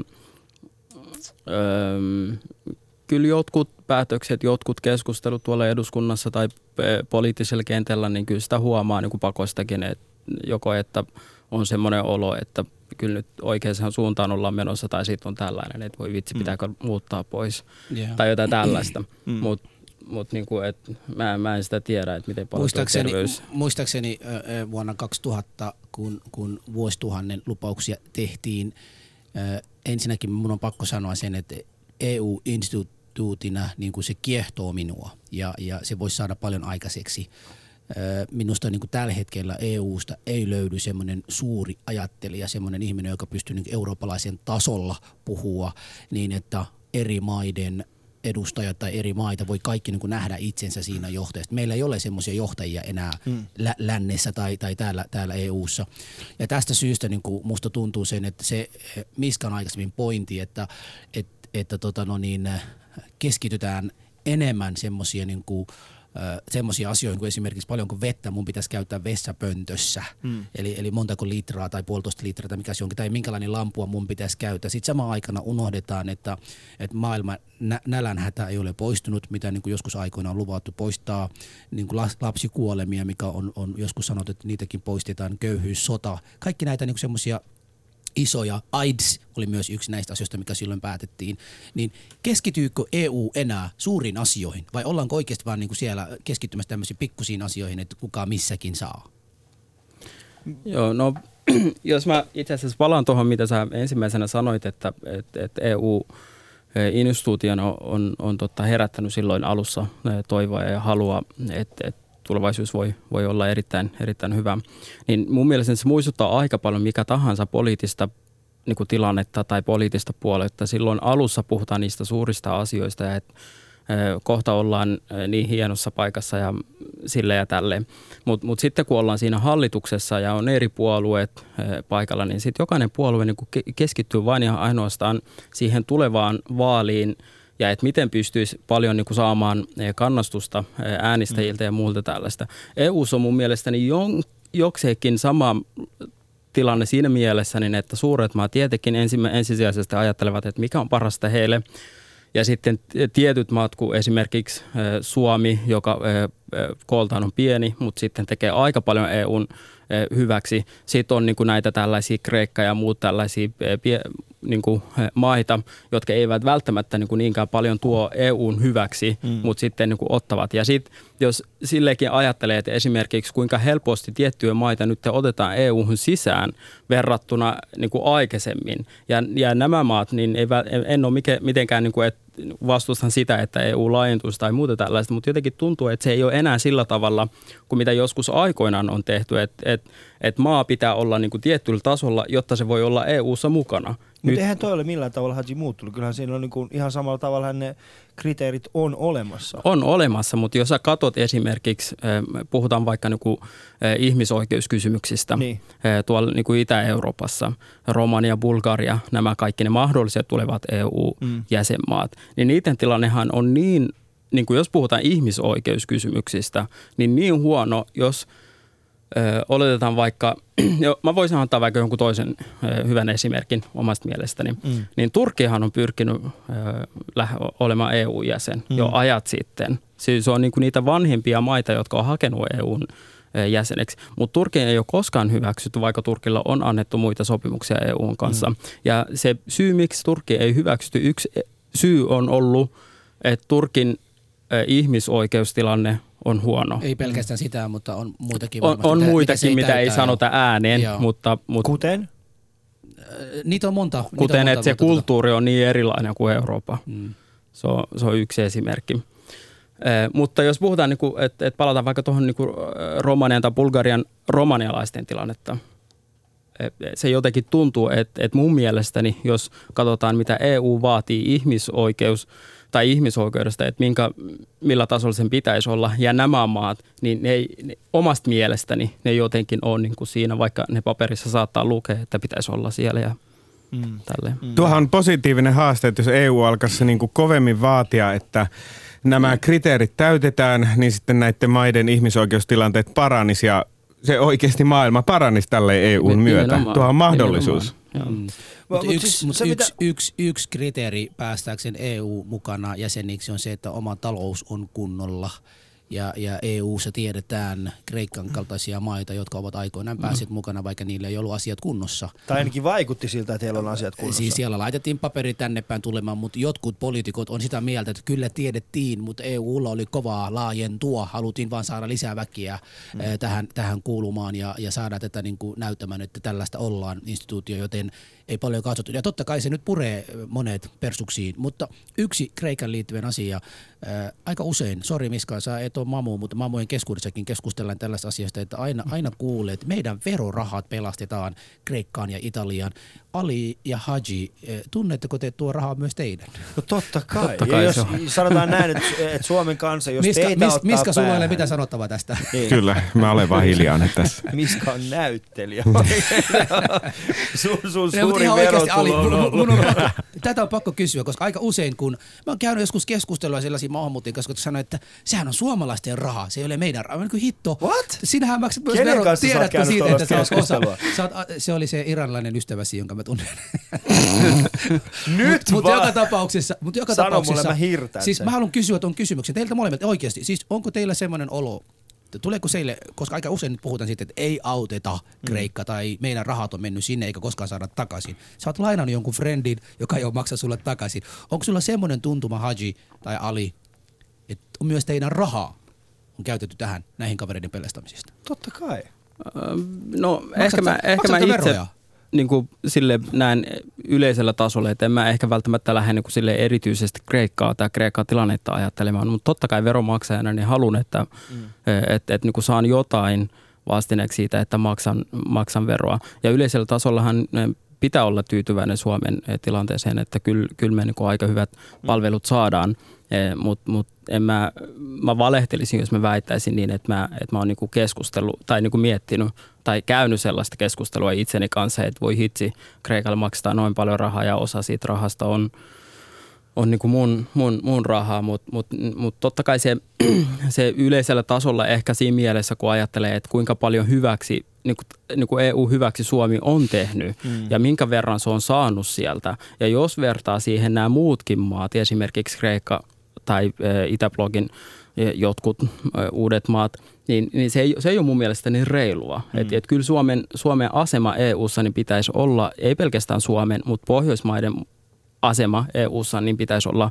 öö, kyllä jotkut päätökset, jotkut keskustelut tuolla eduskunnassa tai poliittisella kentällä, niin kyllä sitä huomaa niin kuin pakostakin, että joko että on semmoinen olo, että kyllä nyt oikeaan suuntaan ollaan menossa tai sitten on tällainen, että voi vitsi, pitääkö mm. muuttaa pois yeah. tai jotain tällaista. Mm. Mutta mut niinku, mä, mä en sitä tiedä, että miten paljon muistaakseni, terveys... Muistaakseni äh, vuonna kaksituhatta, kun, kun vuosituhannen lupauksia tehtiin, äh, ensinnäkin mun on pakko sanoa sen, että E U-instituutina niin kuin se kiehtoo minua ja, ja se voisi saada paljon aikaiseksi. Minusta niin kuin tällä hetkellä E U:sta ei löydy semmoinen suuri ajattelija, semmoinen ihminen, joka pystyy niin eurooppalaisen tasolla puhua niin, että eri maiden edustajat tai eri maita voi kaikki niin kuin nähdä itsensä siinä johtajasta. Meillä ei ole semmoisia johtajia enää hmm. lä- lännessä tai, tai täällä, täällä E U:ssa. Ja tästä syystä niin kuin musta tuntuu sen, että se Miskan aikaisemmin pointti, että, että, että tota no niin, keskitytään enemmän semmoisia niin kuin semmoisia asioita kuin esimerkiksi paljonko vettä mun pitäisi käyttää vessapöntössä, mm. eli, eli montako litraa tai puolitoista litraa tai mikä se onkin, tai minkälainen lampua mun pitäisi käyttää. Sitten samaan aikana unohdetaan, että, että maailman nä- nälänhätä ei ole poistunut, mitä niin kuin joskus aikoina on luvattu poistaa, niin kuin lapsikuolemia, mikä on, on joskus sanottu, että niitäkin poistetaan, köyhyys, sota, kaikki näitä niin semmoisia isoja, AIDS oli myös yksi näistä asioista, mikä silloin päätettiin, niin keskityykö E U enää suuriin asioihin vai ollaanko oikeasti vaan niin kuin siellä keskittymässä tämmöisiin pikkusiin asioihin, että kuka missäkin saa? Joo, no jos mä itse asiassa palaan tuohon, mitä sä ensimmäisenä sanoit, että, että, että E U-instituutiona on, on, on totta herättänyt silloin alussa toivoa ja halua, että, että tulevaisuus voi, voi olla erittäin, erittäin hyvä. Niin mun mielestä se muistuttaa aika paljon mikä tahansa poliittista niin kuin tilannetta tai poliittista puoletta. Silloin alussa puhutaan niistä suurista asioista ja että kohta ollaan niin hienossa paikassa ja sille ja tälle. Mutta mut sitten kun ollaan siinä hallituksessa ja on eri puolueet paikalla, niin sitten jokainen puolue niin kuin keskittyy vain ja ainoastaan siihen tulevaan vaaliin ja että miten pystyisi paljon niin kuin saamaan kannastusta äänestäjiltä ja muilta tällaista. E U:ssa on mun mielestäni jokseenkin sama tilanne siinä mielessä, niin että suuret maat tietenkin ensisijaisesti ajattelevat, että mikä on parasta heille. Ja sitten tietyt maat, kuin esimerkiksi Suomi, joka kooltaan on pieni, mutta sitten tekee aika paljon E U:n hyväksi. Sitten on niin kuin näitä tällaisia Kreikka ja muut tällaisia niin kuin maita, jotka eivät välttämättä niin kuin niinkään paljon tuo E U:n hyväksi, mm. mutta sitten niin kuin ottavat. Ja sitten jos sillekin ajattelee, että esimerkiksi kuinka helposti tiettyjä maita nyt otetaan E U:hun sisään verrattuna niin kuin aikaisemmin. Ja, ja nämä maat, niin ei, en ole mitenkään niin kuin, että vastustan sitä, että E U laajentuisi tai muuta tällaista, mutta jotenkin tuntuu, että se ei ole enää sillä tavalla kuin mitä joskus aikoinaan on tehty, että, että, että maa pitää olla niin kuin tietyllä tasolla, jotta se voi olla E U:ssa mukana. Mutta eihän toi ole millään tavalla Hadji muuttunut. Kyllähän siinä on niin kuin ihan samalla tavalla ne kriteerit on olemassa. On olemassa, mutta jos sä katot esimerkiksi, puhutaan vaikka niin kuin ihmisoikeuskysymyksistä niin. Tuolla niin kuin Itä-Euroopassa, Romania, Bulgaria, nämä kaikki ne mahdolliset tulevat E U-jäsenmaat, mm. niin niiden tilannehan on niin, niin kuin jos puhutaan ihmisoikeuskysymyksistä, niin niin huono, jos Ö, oletetaan vaikka, jo, mä voisin antaa vaikka jonkun toisen ö, hyvän esimerkin omasta mielestäni, mm. niin Turkkihan on pyrkinyt ö, lähe, olemaan E U-jäsen mm. jo ajat sitten. Siis se on niinku niitä vanhempia maita, jotka on hakenut E U:n jäseneksi. Mutta Turkki ei ole koskaan hyväksytty, vaikka Turkilla on annettu muita sopimuksia E U:n kanssa. Mm. Ja se syy, miksi Turkki ei hyväksytty, yksi syy on ollut, että Turkin ihmisoikeustilanne on huono. Ei pelkästään sitä, mutta on muitakin. On, on mitä, muitakin, mitä, mitä ei sanota ääneen. Mutta, mutta, Kuten? Niitä on monta. Kuten, on monta, että se monta, kulttuuri on niin erilainen kuin Eurooppa. Mm. Se, on, se on yksi esimerkki. Eh, mutta jos puhutaan, niin että et palataan vaikka tuohon niin Romanian tai Bulgarian romanialaisten tilannetta. Et se jotenkin tuntuu, että et mun mielestäni, jos katsotaan, mitä E U vaatii ihmisoikeus tai ihmisoikeudesta, että minkä, millä tasolla sen pitäisi olla, ja nämä maat, niin ne ei, ne, omasta mielestäni ne jotenkin on niin kuin siinä, vaikka ne paperissa saattaa lukea, että pitäisi olla siellä ja mm. tälleen. Mm. Tuohan on positiivinen haaste, että jos E U alkaisi niin kuin kovemmin vaatia, että nämä kriteerit täytetään, niin sitten näiden maiden ihmisoikeustilanteet paranisi ja se oikeasti maailma paranisi tälle E U:n myötä. Tuo on mahdollisuus. Mm. Mutta yksi, siis mut yksi, mitä... yksi, yksi kriteeri päästääkseen E U mukana jäseniksi on se, että oma talous on kunnolla. Ja, ja E U:ssa tiedetään Kreikan kaltaisia maita, jotka ovat aikoinaan päässeet mm. mukana, vaikka niillä ei ollut asiat kunnossa. Tai ainakin vaikutti siltä, että heillä on asiat kunnossa. Siis siellä laitettiin paperi tänne päin tulemaan, mutta jotkut poliitikot on sitä mieltä, että kyllä tiedettiin, mutta E U:lla oli kovaa laajentua. Haluttiin vaan saada lisää väkiä mm. tähän, tähän kuulumaan ja, ja saada tätä niin kuin näyttämään, että tällaista ollaan instituutio, joten ei paljon katsottu. Ja totta kai se nyt puree monet persuksiin, mutta yksi Kreikan liittyvän asia, ää, aika usein, sori Miska, sä et ole mamu, mutta mamujen keskuudessakin keskustellaan tällaista asiasta, että aina, aina kuulee, että meidän verorahat pelastetaan Kreikkaan ja Italiaan. Ali ja Haji, tunnetteko te tuo rahaa myös teidän? No totta kai. Totta kai jos sanotaan näin, että, että Suomen kansa, jos Miska, teitä mis, ottaa Miska, sulla päähän. ei ole mitään sanottavaa tästä. Niin. Kyllä, mä olen vaan hiljainen tässä. Miska on näyttelijä. sun sun suuri verotulo on ollut. Tätä on pakko kysyä, koska aika usein, kun mä oon käynyt joskus keskustelua sellaisia maahanmuuttajien kanssa, jotka sanoo, että sehän on suomalaisten rahaa, se ei ole meidän rahaa. Mä niin hitto. What? Sinähän maksat myös verot. Tiedätkö siitä, että sä oot osa. Sä oot, se oli se iranilainen ystäväsi, jonka mä tunnen. Nyt Mutta joka tapauksessa, mut joka Sano tapauksessa, mulle, mä hirtän siis sen. mä haluan kysyä tuon kysymyksen teiltä molemmilta oikeasti. Siis onko teillä semmoinen olo, tuleeko seille, koska aika usein nyt puhutaan siitä, että ei auteta Kreikka mm. tai meidän rahat on mennyt sinne eikä koskaan saada takaisin. Sä oot lainannut jonkun friendin, joka ei ole maksa sulle takaisin. Onko sulla semmoinen tuntuma, Haji tai Ali, että on myös teidän rahaa on käytetty tähän näihin kavereiden pelastamisesta? Totta kai. No maksat ehkä mä, ehkä mä itse veroja? Niin kuin sille näin yleisellä tasolla, että en mä ehkä välttämättä lähde niin kuin sille erityisesti Kreikkaa tai Kreikan tilannetta ajattelemaan, mutta totta kai veronmaksajana niin haluan, että mm. et, et, niin kuin saan jotain vastineeksi siitä, että maksan, maksan veroa. Ja yleisellä tasollahan pitää olla tyytyväinen Suomen tilanteeseen, että kyllä, kyllä me niin kuin aika hyvät palvelut saadaan, mutta mut en mä, mä valehtelisin, jos mä väittäisin niin, että mä, että mä oon niinku keskustellut tai niinku miettinyt tai käynyt sellaista keskustelua itseni kanssa, että voi hitsi, Kreikalle maksaa noin paljon rahaa ja osa siitä rahasta on, on niinku mun, mun, mun rahaa, mutta mut, mut totta kai se, se yleisellä tasolla ehkä siinä mielessä, kun ajattelee, että kuinka paljon hyväksi niin kuin, niin kuin E U hyväksi Suomi on tehnyt mm. ja minkä verran se on saanut sieltä. Ja jos vertaa siihen nämä muutkin maat, esimerkiksi Kreikka tai ä, Itäblogin ä, jotkut ä, uudet maat, niin, niin se, ei, se ei ole mun mielestä niin reilua. Mm. Että et kyllä Suomen, Suomen asema E U:ssa niin pitäisi olla, ei pelkästään Suomen, mutta Pohjoismaiden asema E U:ssa niin pitäisi olla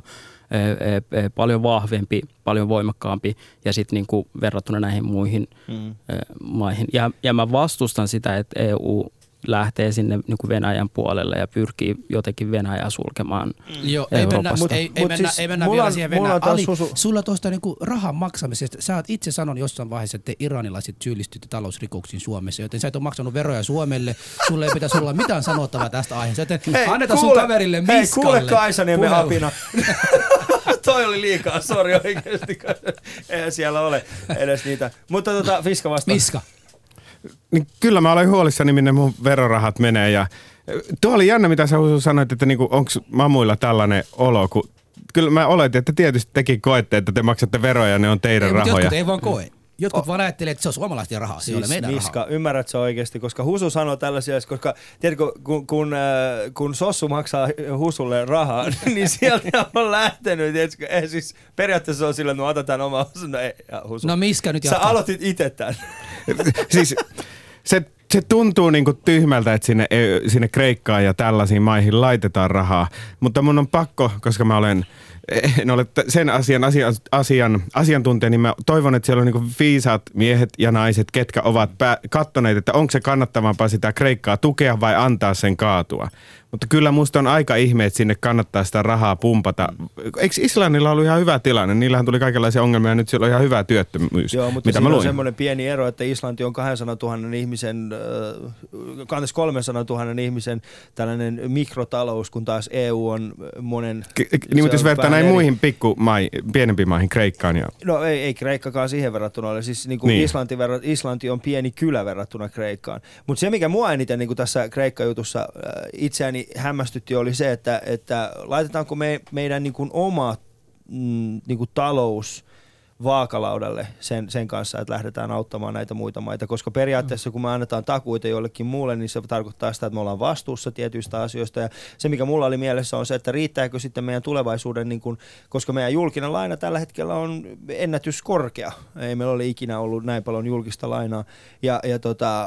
ä, ä, paljon vahvempi, paljon voimakkaampi ja sitten niinku verrattuna näihin muihin mm. ä, maihin. Ja, ja mä vastustan sitä, että E U lähtee sinne niin kuin Venäjän puolelle ja pyrkii jotenkin Venäjää sulkemaan mm. Joo, ei mennä, mut, ei, ei mennä, siis ei mennä vielä siihen Venäjään. Ali, susu... sulla tuosta niin kuin rahan maksamisesta, sä oot itse sanonut jossain vaiheessa, että te iranilaiset syyllistytte talousrikoksiin Suomessa, joten sä et ole maksanut veroja Suomelle, sulle ei pitäisi olla mitään sanottavaa tästä aiheesta, joten hei, anneta kuule, sun kaverille Miskalle. Hei, kuule Kaisaniemen apina. Toi oli liikaa, sori oikeasti. Eihän siellä ole edes niitä. Mutta tota, Fiska vastaa. Miska. Niin kyllä mä olen huolissani, minne mun verorahat menee. Ja tuo oli jännä, mitä sä sanoit, että niinku, onko mamuilla tällainen olo, kun kyllä mä oletin, että tietysti tekin koette, että te maksatte veroja ja ne on teidän ei, rahoja. Jotkut ei vaan koe. Jotkut oh. vaan ajattelee, että se on suomalaisten rahaa, se siis ei ole meidän Miska, rahaa. Ymmärrät sä oikeasti, koska Husu sanoo tällaisia, koska tiedätkö, kun, kun, äh, kun Sossu maksaa Husulle rahaa, niin sieltä on lähtenyt, tiedätkö, eh, siis periaatteessa on sillä, että me otetaan oma Husu. No, ei, ja, Husu. No Miska nyt jatkaa. Sä aloitit itse tämän. Siis se, se tuntuu niinku tyhmältä, että sinne, sinne Kreikkaan ja tällaisiin maihin laitetaan rahaa, mutta mun on pakko, koska mä olen... En ole sen asian, asian, asian asiantuntija, niin mä toivon, että siellä on niinku viisaat miehet ja naiset, ketkä ovat pää, kattoneet, että onko se kannattavampaa sitä Kreikkaa tukea vai antaa sen kaatua. Mutta kyllä musta on aika ihme, että sinne kannattaa sitä rahaa pumpata. Eikö Islannilla ollut ihan hyvä tilanne? Niillähän tuli kaikenlaisia ongelmia ja nyt siellä on ihan hyvä työttömyys. Joo, mutta mitä siinä mä on semmoinen pieni ero, että Islanti on kaksisataatuhatta ihmisen, äh, kolmesataatuhatta ihmisen tällainen mikrotalous, kun taas E U on monen... K- niin, mutta jos vertaa näin eri... muihin pikkumaihin, pienempiin maihin, Kreikkaan ja... No ei, ei Kreikkakaan siihen verrattuna ole. Siis niin kuin niin. Islanti, verrat, Islanti on pieni kylä verrattuna Kreikkaan. Mutta se, mikä mua eniten niin kuin tässä Kreikka-jutussa äh, itseäni hämmästytti oli se, että, että laitetaanko me, meidän niin kuin oma mm, niin kuin talous vaakalaudalle sen, sen kanssa, että lähdetään auttamaan näitä muita maita, koska periaatteessa kun me annetaan takuita jollekin muulle, niin se tarkoittaa sitä, että me ollaan vastuussa tietyistä asioista ja se, mikä mulla oli mielessä on se, että riittääkö sitten meidän tulevaisuuden, niin kuin, koska meidän julkinen laina tällä hetkellä on ennätyskorkea, ei meillä ole ikinä ollut näin paljon julkista lainaa ja, ja tota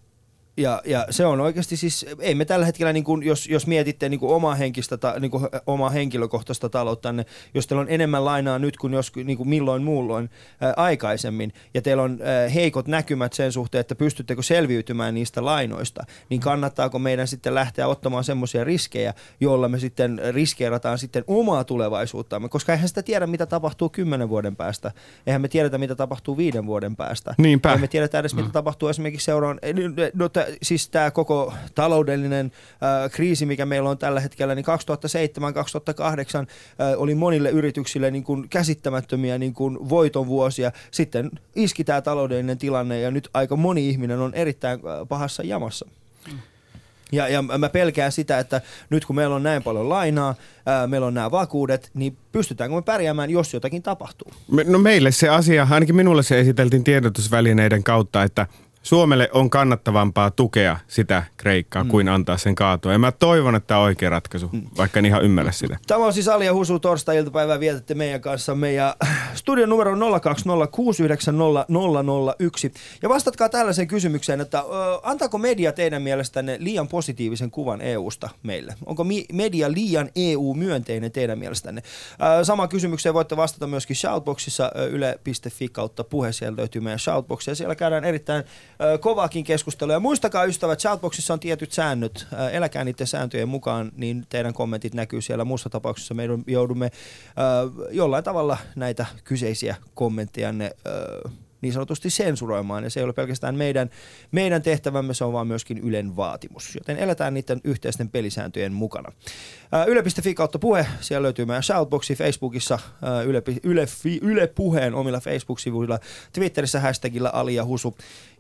Ja, ja se on oikeasti siis, ei me tällä hetkellä, niin kuin, jos, jos mietitte niin kuin omaa, henkistä, niin kuin omaa henkilökohtaista taloutta, niin jos teillä on enemmän lainaa nyt kuin, jos, niin kuin milloin muulloin ää, aikaisemmin, ja teillä on ää, heikot näkymät sen suhteen, että pystyttekö selviytymään niistä lainoista, niin kannattaako meidän sitten lähteä ottamaan semmoisia riskejä, joilla me sitten riskeerataan sitten omaa tulevaisuuttamme, koska eihän sitä tiedä, mitä tapahtuu kymmenen vuoden päästä, eihän me tiedetä, mitä tapahtuu viiden vuoden päästä. Niinpä. Eihän me tiedetä edes, mitä mm. tapahtuu esimerkiksi seuraan, no, siis tämä koko taloudellinen äh, kriisi, mikä meillä on tällä hetkellä, niin kaksituhattaseitsemän kaksituhattakahdeksan äh, oli monille yrityksille niin kuin käsittämättömiä niin kuin voiton vuosia. Sitten iski tämä taloudellinen tilanne ja nyt aika moni ihminen on erittäin äh, pahassa jamassa. Mm. Ja, ja mä pelkään sitä, että nyt kun meillä on näin paljon lainaa, ää, meillä on nämä vakuudet, niin pystytäänkö me pärjäämään, jos jotakin tapahtuu? No meille se asia, ainakin minulle se esiteltiin tiedotusvälineiden kautta, että Suomelle on kannattavampaa tukea sitä Kreikkaa mm. kuin antaa sen kaatua. Ja mä toivon, että tämä on oikea ratkaisu, mm. vaikka en ihan ymmärrä sitä. Tämä on siis Ali ja Husu, torstai-iltapäivää vietätte meidän kanssa. Meidän studion numero on nolla kaksi nolla kuusi yhdeksän nolla nolla nolla yksi. Ja vastatkaa tällaiseen kysymykseen, että ö, antaako media teidän mielestänne liian positiivisen kuvan E U:sta meille? Onko mi- media liian E U-myönteinen teidän mielestänne? Ö, sama kysymykseen voitte vastata myöskin Shoutboxissa yle piste fi kautta puhe. Siellä löytyy meidän Shoutbox ja siellä käydään erittäin kovaakin keskustelua. Ja muistakaa ystävät, Shoutboxissa on tietyt säännöt. Eläkää niiden sääntöjen mukaan, niin teidän kommentit näkyy siellä. Muussa tapauksessa me joudumme äh, jollain tavalla näitä kyseisiä kommenttejanne äh, niin sanotusti sensuroimaan. Ja se ei ole pelkästään meidän, meidän tehtävämme, se on vaan myöskin Ylen vaatimus. Joten eletään niiden yhteisten pelisääntöjen mukana. Äh, yle piste fi kautta puhe, siellä löytyy meidän Shoutboxi Facebookissa, äh, yle, yle, yle Puheen omilla Facebook-sivuilla, Twitterissä hashtagilla Ali ja Husu.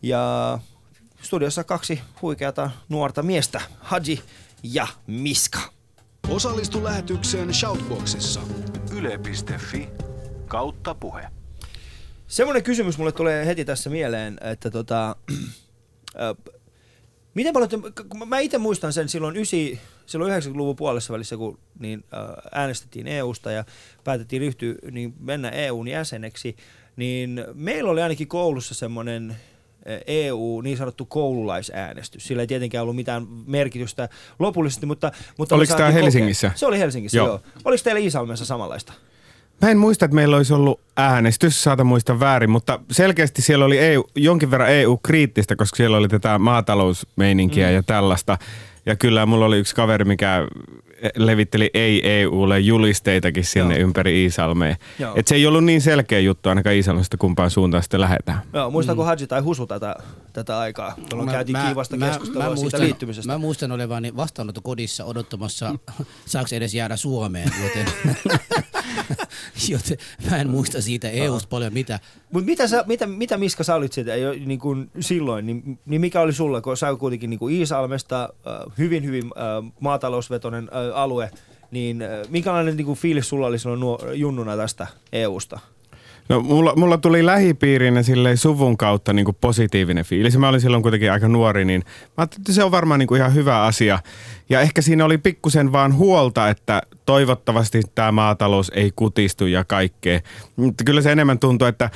Ja studiossa kaksi huikeata nuorta miestä, Haji ja Miska. Osallistu lähetykseen Shoutboxissa. yle piste fi kautta puhe. Semmoinen kysymys mulle tulee heti tässä mieleen, että tota, äh, miten paljon, te, mä itse muistan sen silloin, ysi, silloin yhdeksänkymmentäluvun puolessa välissä, kun niin, äh, äänestettiin E U:sta ja päätettiin ryhtyä niin mennä E U:n jäseneksi, niin meillä oli ainakin koulussa semmoinen E U, niin sanottu koululaisäänestys. Sillä ei tietenkään ollut mitään merkitystä lopullisesti, mutta... mutta oliko tämä Helsingissä? Kokea. Se oli Helsingissä, joo. joo. Oliko teillä Iisalmessa samanlaista? Mä en muista, että meillä olisi ollut äänestys, saata muista väärin, mutta selkeästi siellä oli E U, jonkin verran E U-kriittistä, koska siellä oli tätä maatalousmeininkiä mm. ja tällaista. Ja kyllä mulla oli yksi kaveri, mikä levitteli ei-E U:lle julisteitakin sinne Joo. ympäri Iisalmea. Että se ei ollut niin selkeä juttu ainakaan Iisalmesta, kumpaan suuntaan sitten lähdetään. Joo, muistaako mm. Haji tai Husu tätä, tätä aikaa, jolloin mä, käytiin mä, kiivasta mä, keskustelua mä, mä siitä liittymisestä? Mä muistan olevani vastaanottokodissa odottamassa, saako edes jäädä Suomeen, joten, joten mä en muista siitä E U:sta paljon mitä. Mutta mitä, mitä, mitä Miska sä olit siitä, niin kuin silloin, niin, niin mikä oli sulla, kun sä olet kuitenkin niin kuin Iisalmesta, äh, hyvin hyvin äh, maatalousvetoinen äh, alue, niin äh, minkälainen niin kuin fiilis sulla oli silloin nuo, junnuna tästä E U:sta? No mulla, mulla tuli lähipiirinä silleen suvun kautta niin kuin positiivinen fiilis. Mä olin silloin kuitenkin aika nuori, niin mä ajattelin, että se on varmaan niin kuin ihan hyvä asia. Ja ehkä siinä oli pikkusen vaan huolta, että toivottavasti tämä maatalous ei kutistu ja kaikkea. Mutta kyllä se enemmän tuntuu, että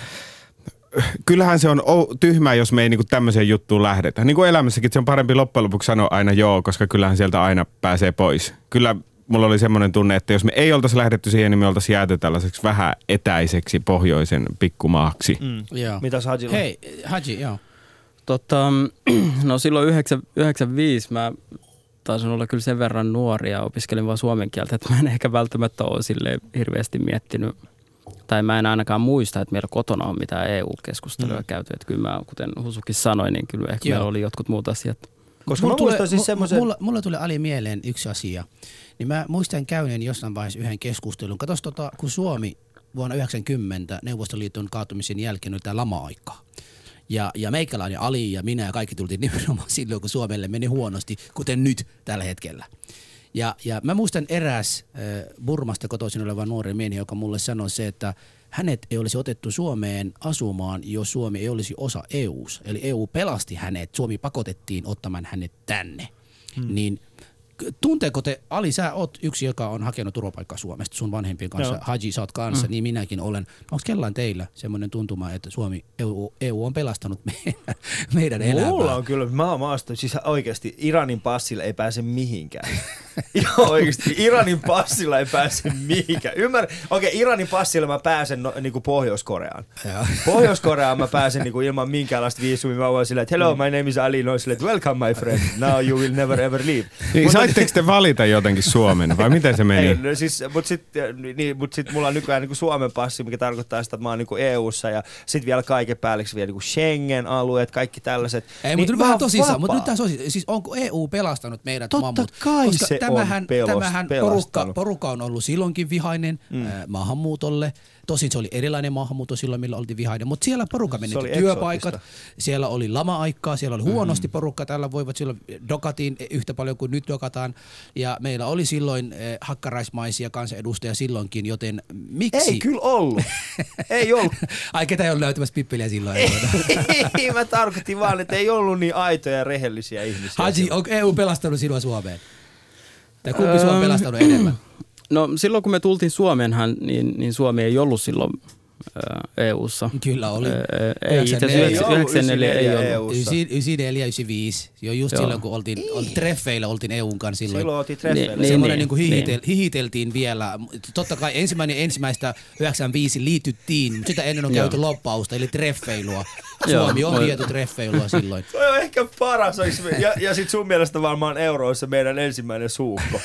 kyllähän se on tyhmää, jos me ei niinku tämmöiseen juttuun lähdetä. Niin kuin elämässäkin, se on parempi loppujen lopuksi sanoa aina joo, koska kyllähän sieltä aina pääsee pois. Kyllä mulla oli semmoinen tunne, että jos me ei oltaisi lähdetty siihen, niin me oltaisiin jääty tällaiseksi vähän etäiseksi pohjoisen pikkumaaksi. Mm. Mitäs Hajilla? Hei, Haji, joo. Tota, no silloin yhdeksänkymmentäviisi mä taisin olla kyllä sen verran nuori ja opiskelin vaan suomen kieltä, että mä en ehkä välttämättä ole silleen hirveästi miettinyt. Tai mä en ainakaan muista, että meillä kotona on mitään E U-keskustelua mm. käyty. Että kyllä mä, kuten Husukin sanoi, niin kyllä ehkä Joo. meillä oli jotkut muut asiat. Koska mulla, tulee, siis semmoisen... mulla, mulla tuli Ali mieleen yksi asia. Niin mä muistan käyneen jossain vaiheessa yhden keskustelun. Katos, tota, kun Suomi vuonna yhdeksänkymmentä Neuvostoliiton kaatumisen jälkeen oli tämä lama-aikaa. Ja, ja meikäläinen Ali ja minä ja kaikki tultiin nimenomaan silloin, kun Suomelle meni huonosti, kuten nyt tällä hetkellä. Ja, ja mä muistan eräs äh, Burmasta kotoisin oleva nuori miehen, joka mulle sanoi se, että hänet ei olisi otettu Suomeen asumaan, jos Suomi ei olisi osa E U:ssa. Eli E U pelasti hänet, Suomi pakotettiin ottamaan hänet tänne. Hmm. Niin tunteeko te, Ali, sä oot yksi, joka on hakenut turvapaikkaa Suomesta sun vanhempien kanssa, Joo. Haji, sä oot kanssa, mm. niin minäkin olen. Onko kellaan teillä semmoinen tuntuma, että Suomi, E U, E U on pelastanut meidän, meidän elämää? Mulla on kyllä, mä oon maasta, siis oikeasti Iranin passilla ei pääse mihinkään. Joo, oikeasti Iranin passilla ei pääse mihinkään. Ymmärrän, okei, okay, Iranin passilla mä pääsen no, niin kuin Pohjois-Koreaan. Pohjois-Koreaan mä pääsen niin kuin ilman minkäänlaista viisumia. Mä voin silleen, että hello, my name is Ali. No silleen, että welcome my friend, now you will never ever leave. Niin, saitteko te valita jotenkin Suomen vai miten se meni? Ei, no siis, mutta sitten niin, mut sit mulla on nykyään niin kuin Suomen passi, mikä tarkoittaa sitä, että mä oon niin kuin E U:ssa ja sitten vielä kaiken päälleksi vielä niin kuin Schengen-alueet, kaikki tällaiset. Ei, niin, mutta nyt vähän tosissaan, mutta nyt tässä siis onko E U pelastanut meidät mammut? Totta kai koska se tämähän, on pelost, tämähän porukka, porukka on ollut silloinkin vihainen mm. äh, maahanmuutolle. Tosin se oli erilainen maahanmuutto silloin, millä oltiin vihainen, mutta siellä porukka menetti työpaikat, siellä oli lama-aikaa, siellä oli huonosti porukka, tällä voivat silloin dokatiin yhtä paljon kuin nyt dokataan, ja meillä oli silloin eh, hakkaraismaisia kansanedustajia silloinkin, joten miksi? Ei kyllä ollut, ei ollut. Ai ketä ei ollut löytämässä pippeliä silloin? Ei, ei, mä tarkoitin vaan, että ei ollut niin aitoja ja rehellisiä ihmisiä. Haji, onko E U pelastanut sinua Suomeen? Tai kumpi Suomi on pelastanut enemmän? No silloin kun me tultiin Suomeenhan, niin, niin Suomi ei ollut silloin E U:ssa. Kyllä oli. Ei, itse asiassa yhdeksänkymmentäneljä ei ollut. yhdeksänkymmentäneljä yhdeksänkymmentäviisi. Jo just Joo. silloin kun oltiin, oltiin treffeillä, oltiin E U:n kanssa silloin. Silloin oltiin treffeillä. Niin, Semmoinen niin, niin hihitel, niin. hihiteltiin vielä. Totta kai ensimmäinen ensimmäistä yhdeksänkymmentäviisi liityttiin, mutta sitä ennen on käyty loppausta, eli treffeilua. Suomi on viety treffeilua silloin. Se on ehkä paras. Ja, ja sit sun mielestä varmaan euroissa meidän ensimmäinen suukko.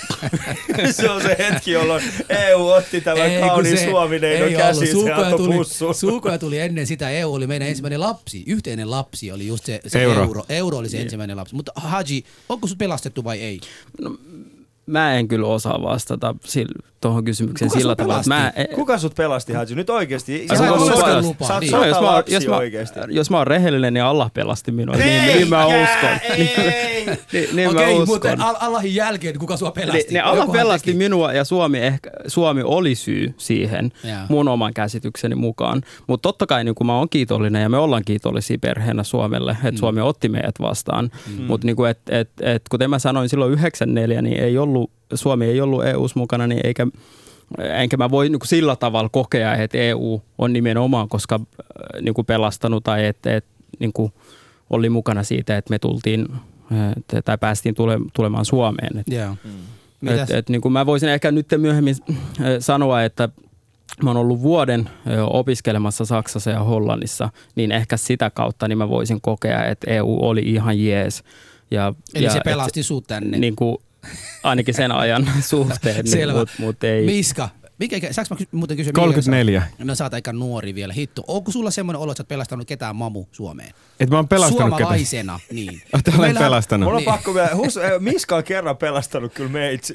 Se on se hetki, jolloin E U otti tämän kauniin Suomi-neidon käsiin. Se antoi pussuun. Suukoja tuli ennen sitä. E U oli meidän ensimmäinen lapsi. Yhteinen lapsi oli just se, se euro. euro. Euro oli se yeah. ensimmäinen lapsi. Mutta Haji, onko sut pelastettu vai ei? No, mä en kyllä osaa vastata tuohon kysymykseen Kuka sillä tavalla. Mä, e- Kuka sut pelasti, Haji? Nyt oikeesti. Sä oot sata lupaa. Sä oot niin. sata jos mä, lapsi jos mä, oikeesti. Jos mä oon rehellinen, niin Allah pelasti minua. Ei, niin, niin mä uskon. Ei, niin, niin Okei, mä uskon. mutta Allahin jälkeen kuka sua pelasti? Niin, niin Allah pelasti teki? minua ja Suomi, ehkä, Suomi oli syy siihen ja. mun oman käsitykseni mukaan. Mutta totta kai niin kun mä oon kiitollinen ja me ollaan kiitollisia perheenä Suomelle, että mm. Suomi otti meidät vastaan. Mm. Mutta niin et, et, et, kuten mä sanoin silloin yhdeksänkymmentäneljä, niin ei ollut, Suomi ei ollut E U:ssa mukana, niin eikä enkä mä voi niin kuin sillä tavalla kokea, että E U on nimenomaan koska äh, niin kuin pelastanut tai että et, niin kuin oli mukana siitä, että me tultiin et, tai päästiin tule, tulemaan Suomeen. Et, yeah. mm. et, et, niin kuin mä voisin ehkä nyt myöhemmin äh, sanoa, että mä oon ollut vuoden äh, opiskelemassa Saksassa ja Hollannissa, niin ehkä sitä kautta niin mä voisin kokea, että E U oli ihan jees. Ja, Eli ja, se pelasti sut tänne. Niin kuin, ainakin sen ajan suhteen, niin, mutta mut ei. Miska, mikä, saanko mä muuten kysyä? kolmekymmentäneljä. No sä oot aika nuori vielä, hitto. Onko sulla semmoinen olo, että sä oot pelastanut ketään mamu Suomeen? Et mä oon pelastanut Suomalaisena, ketään. Niin. Oot olen pelastanut. Mulla on pakko vielä, Hus, Miska on kerran pelastanut kyllä meitsi.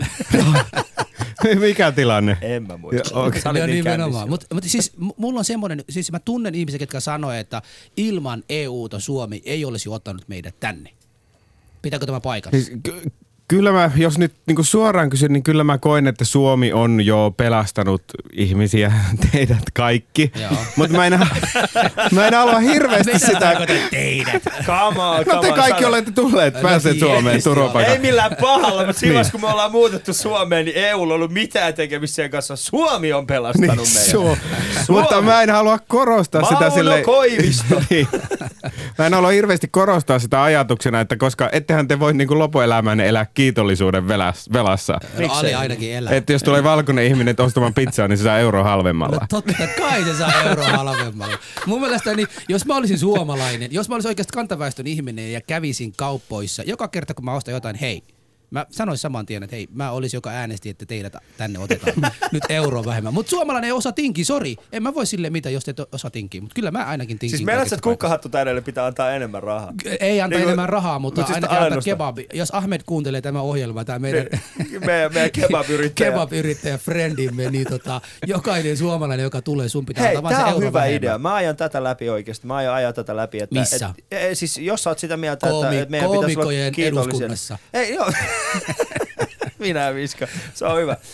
Mikä tilanne? En mä muista. Okay. Se oli niin nimenomaan. Mutta mut siis mulla on semmoinen, siis mä tunnen ihmisiä, jotka sanoo, että ilman E U:ta Suomi ei olisi ottanut meidät tänne. Pitääkö tämä paikassa? Siis, ky- Kyllä mä, jos nyt niin kuin suoraan kysyn, niin kyllä mä koen, että Suomi on jo pelastanut ihmisiä, teidät kaikki. Mutta mä en, mä en halua hirveästi sitä. Teidät? Come on, no te kaikki sana. Olette tulleet, päässeet Suomeen turvapaikan. Ei millään pahalla, mutta silloin niin. kun me ollaan muutettu Suomeen, niin E U:lla ei ollut mitään tekemistä sen kanssa. Suomi on pelastanut niin, meidän. Su- mutta mä en halua korostaa Mauno sitä silleen. Koivisto. niin. Mä en halua hirveästi korostaa sitä ajatuksena, että koska ettehän te voi niinku lopuelämänne elää kiitollisuuden velassa. No, Ali ainakin elää. Että jos tulee valkoinen ihminen ostamaan pizzaa, niin se saa euro halvemmalla. No, totta kai se saa euro halvemmalla. Mun mielestäni, jos mä olisin suomalainen, jos mä olisin oikeasti kantaväestön ihminen ja kävisin kauppoissa, joka kerta kun mä ostan jotain, hei, mä sanoisin saman tien, että hei, mä olisin joka äänesti, että teidät tänne otetaan nyt euroa vähemmän. Mutta suomalainen ei osaa tinkiä, sori. En mä voi sille mitä, jos te et osaa tinkiä. Mutta kyllä mä ainakin tinkin. Siis meidän, että kukkahattu täydelle pitää antaa enemmän rahaa. Ei antaa niin, enemmän rahaa, mutta mut ainakin antaa kebabi. Jos Ahmed kuuntelee tämä ohjelma, tämä meidän, meidän, meidän kebab-yrittäjä. kebab-yrittäjä, friendimme, niin tota, jokainen suomalainen, joka tulee, sun pitää hei, antaa vain se euro hyvä vähemmän. idea. Mä ajan tätä läpi oikeasti. Mä ajan ajaa tätä läpi. Että, missä? Et, et, siis jos sä oot sitä mieltä, Koomi, että, että meidän pitäisi olla kiitollisia. eduskunnassa. Ei, joo. Minä viska. Se on hyvä.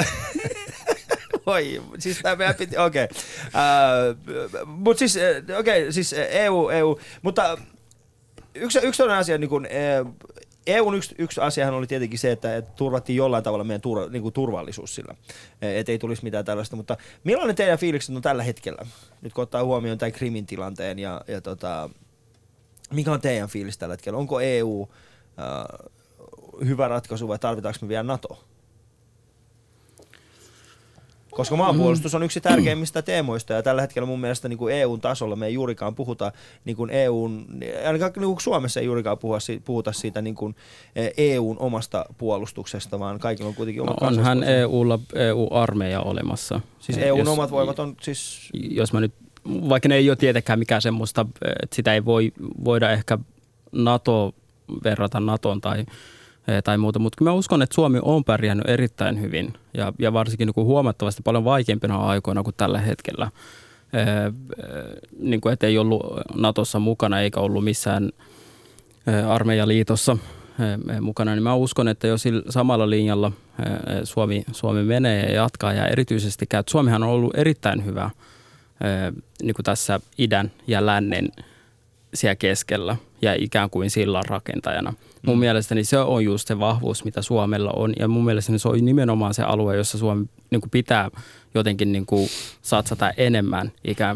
Voi, siis tämä meidän piti, okei. Okay. Uh, Mutta siis, okei, okay, siis E U, E U, mutta yksi, yksi toinen asia, niin kun, E U:n yksi, yksi asiahan oli tietenkin se, että, että turvattiin jollain tavalla meidän tur, niin kuin turvallisuus sillä, että ei tulisi mitään tällaista, mutta millainen teidän fiilikset on tällä hetkellä, nyt kun ottaa huomioon tämän Krimin tilanteen ja, ja tota, mikä on teidän fiilis tällä hetkellä, onko E U uh, hyvä ratkaisu vai tarvitaanko me vielä NATO? Koska maanpuolustus on yksi tärkeimmistä teemoista ja tällä hetkellä mun mielestä niin kuin E U:n tasolla me ei juurikaan puhuta niin kuin E U:n, ainakaan niin kuin Suomessa ei juurikaan puhuta, puhuta siitä niin kuin E U:n omasta puolustuksesta, vaan kaikilla on kuitenkin oma no, onhan E U:lla E U-armeija olemassa. Siis E U:n jos, omat voimat on siis... Jos mä nyt, vaikka ne ei ole tietenkään mikään semmoista, että sitä ei voi, voida ehkä NATO verrata NATOon tai tai muuta, mutta mä uskon, että Suomi on pärjännyt erittäin hyvin ja, ja varsinkin niin kuin huomattavasti paljon vaikeampina aikoina kuin tällä hetkellä. Ee, niin kuin, että ei ollut NATOssa mukana eikä ollut missään e, armeijaliitossa e, mukana, niin mä uskon, että jo sillä samalla linjalla e, Suomi, Suomi menee ja jatkaa ja erityisesti käy. Suomihan on ollut erittäin hyvä e, niin kuin tässä idän ja lännen siellä keskellä ja ikään kuin sillan rakentajana. Mun mm. mielestäni se on just se vahvuus, mitä Suomella on, ja mun mielestäni se on nimenomaan se alue, jossa Suomi niin kuin pitää jotenkin niin kuin satsata enemmän ikään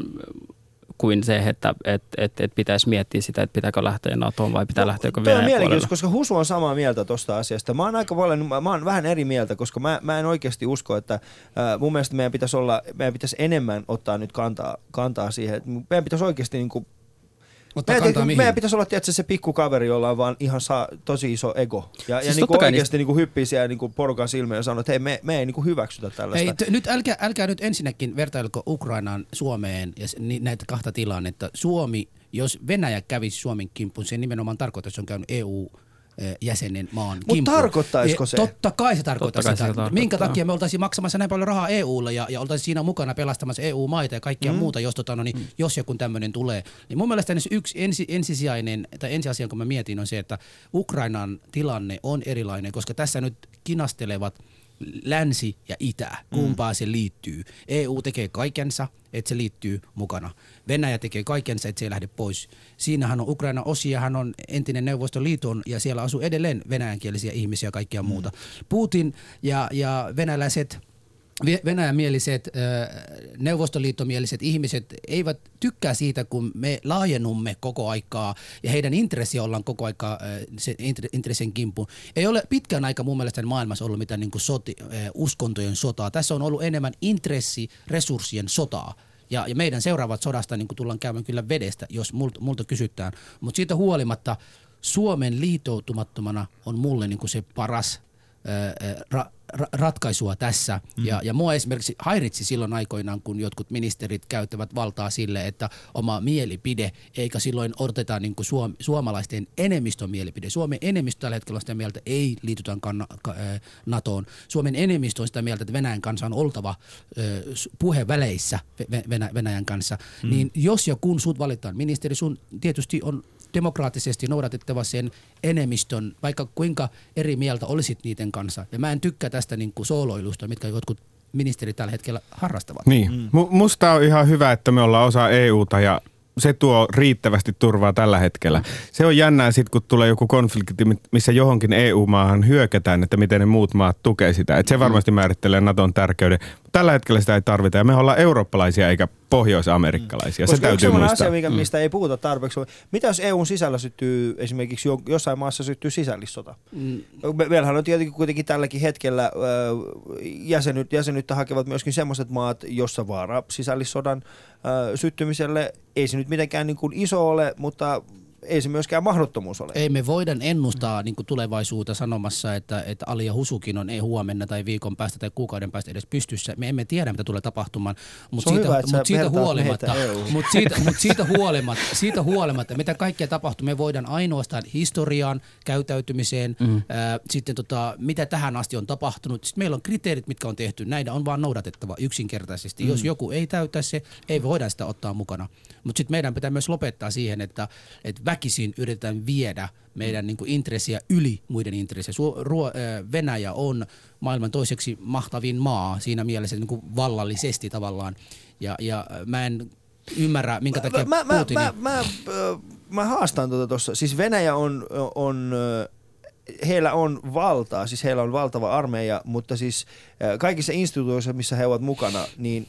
kuin se, että et, et, et pitäisi miettiä sitä, että pitääkö lähteä NATOon vai pitää no, lähteäkö Venäjän puolella. Mielenkiintoista, koska Husu on samaa mieltä tuosta asiasta. Mä oon aika paljon, mä oon vähän eri mieltä, koska mä, mä en oikeasti usko, että äh, mun mielestä meidän pitäisi olla, meidän pitäisi enemmän ottaa nyt kantaa, kantaa siihen. Meidän pitäisi oikeasti niin kuin Meidän, meidän pitäisi olla tietysti se pikkukaveri, jolla on vaan ihan saa, tosi iso ego. Ja, siis ja niinku oikeasti niinku hyppii siellä niinku porukan silmiin ja sanoo, että hei, me, me ei niinku hyväksytä tällaista. Hei, t- nyt älkää, älkää nyt ensinnäkin vertailko Ukrainaan, Suomeen ja näitä kahta tilannetta. Suomi, jos Venäjä kävisi Suomen kimppuun, se nimenomaan tarkoittaa, että se on käynyt E U jäsenen maan kimppuun. Mutta tarkoittaisiko se? Totta kai se tarkoittaa Totta sitä. Se tarkoittaa. Minkä takia me oltaisiin maksamassa näin paljon rahaa E U:lle ja, ja oltaisiin siinä mukana pelastamassa E U-maita ja kaikkia mm. muuta, jos, tota, no, niin, mm. jos joku tämmöinen tulee. Niin mun mielestä yksi ensi, ensisijainen, tai ensiasia, kun mä mietin, on se, että Ukrainan tilanne on erilainen, koska tässä nyt kinastelevat länsi ja itä, kumpaa mm. se liittyy. E U tekee kaikensa, että se liittyy mukana. Venäjä tekee kaikensa, että se ei lähde pois. Siinähän on Ukraina osia, hän on entinen Neuvostoliiton ja siellä asuu edelleen venäjänkielisiä ihmisiä ja kaikkia mm. muuta. Putin ja, ja venäläiset venäjämieliset, neuvostoliittomieliset ihmiset eivät tykkää siitä, kun me laajennumme koko aikaa ja heidän intressiä ollaan koko aikaa se intressin kimppuun. Ei ole pitkän aikaa mun mielestä maailmassa ollut mitään niin kuin soti, uskontojen sotaa. Tässä on ollut enemmän intressiresurssien sotaa. Ja, ja meidän seuraavat sodasta niin kuin tullaan käymään kyllä vedestä, jos multa, multa kysytään. Mutta siitä huolimatta Suomen liitoutumattomana on mulle niin kuin se paras ra- ra- ratkaisua tässä. Mm. Ja, ja mua esimerkiksi hairitsi silloin aikoinaan, kun jotkut ministerit käyttävät valtaa sille, että oma mielipide, eikä silloin odoteta niin kuin suom- suomalaisten enemmistön mielipide. Suomen enemmistö tällä hetkellä on sitä mieltä, että ei liitytään kann- ka- äh, NATOon. Suomen enemmistö on sitä mieltä, että Venäjän kanssa on oltava äh, puheväleissä Venä- Venäjän kanssa. Mm. Niin jos ja kun sut valitaan ministeri, sun tietysti on demokraattisesti noudatettava sen enemmistön, vaikka kuinka eri mieltä olisit niiden kanssa. Ja mä en tykkää tästä niin kuin sooloilusta, mitkä jotkut ministerit tällä hetkellä harrastavat. Niin. Mm. Musta on ihan hyvä, että me ollaan osa E U:ta ja se tuo riittävästi turvaa tällä hetkellä. Se on jännää sitten, kun tulee joku konflikti, missä johonkin E U-maahan hyökätään, että miten ne muut maat tukee sitä. Et se varmasti määrittelee Naton tärkeyden. Tällä hetkellä sitä ei tarvita ja me ollaan eurooppalaisia eikä pohjois-amerikkalaisia. Koska se täytyy muistaa. asia, mikä, mistä mm. ei puhuta tarpeeksi. Mitä jos E U:n sisällä syttyy, esimerkiksi jossain maassa syttyy sisällissota? Mm. Meillähän on tietenkin kuitenkin tälläkin hetkellä äh, jäsenyt, jäsenyyttä hakevat myöskin sellaiset maat, jossa vaara sisällissodan äh, syttymiselle ei se nyt mitenkään niin kuin iso ole, mutta ei se myöskään mahdottomuus ole. Ei me voida ennustaa niin kuin tulevaisuutta sanomassa, että, että Ali ja Husukin on ei huomenna tai viikon päästä tai kuukauden päästä edes pystyssä. Me emme tiedä, mitä tulee tapahtumaan, mutta siitä, hyvä, mut siitä huolimatta, mut siitä, mut siitä, huolimatta, siitä huolimatta, mitä kaikkea tapahtuu, me voidaan ainoastaan historiaan, käyttäytymiseen, mm. ää, sitten tota, mitä tähän asti on tapahtunut. Sitten meillä on kriteerit, mitkä on tehty, näitä on vaan noudatettava yksinkertaisesti. Mm. Jos joku ei täytä se, ei voida sitä ottaa mukana. Mutta sitten meidän pitää myös lopettaa siihen, että, että väkisin yritetään viedä meidän niin kuin intressiä yli muiden intressiä. Venäjä on maailman toiseksi mahtavin maa siinä mielessä niin kuin vallallisesti tavallaan. Ja, ja mä en ymmärrä, minkä takia mä, mä, Putin... Mä, mä, mä, mä haastan tuota tuossa. Siis Venäjä on... on heillä on valtaa, siis heillä on valtava armeija, mutta siis kaikissa instituutioissa, missä he ovat mukana, niin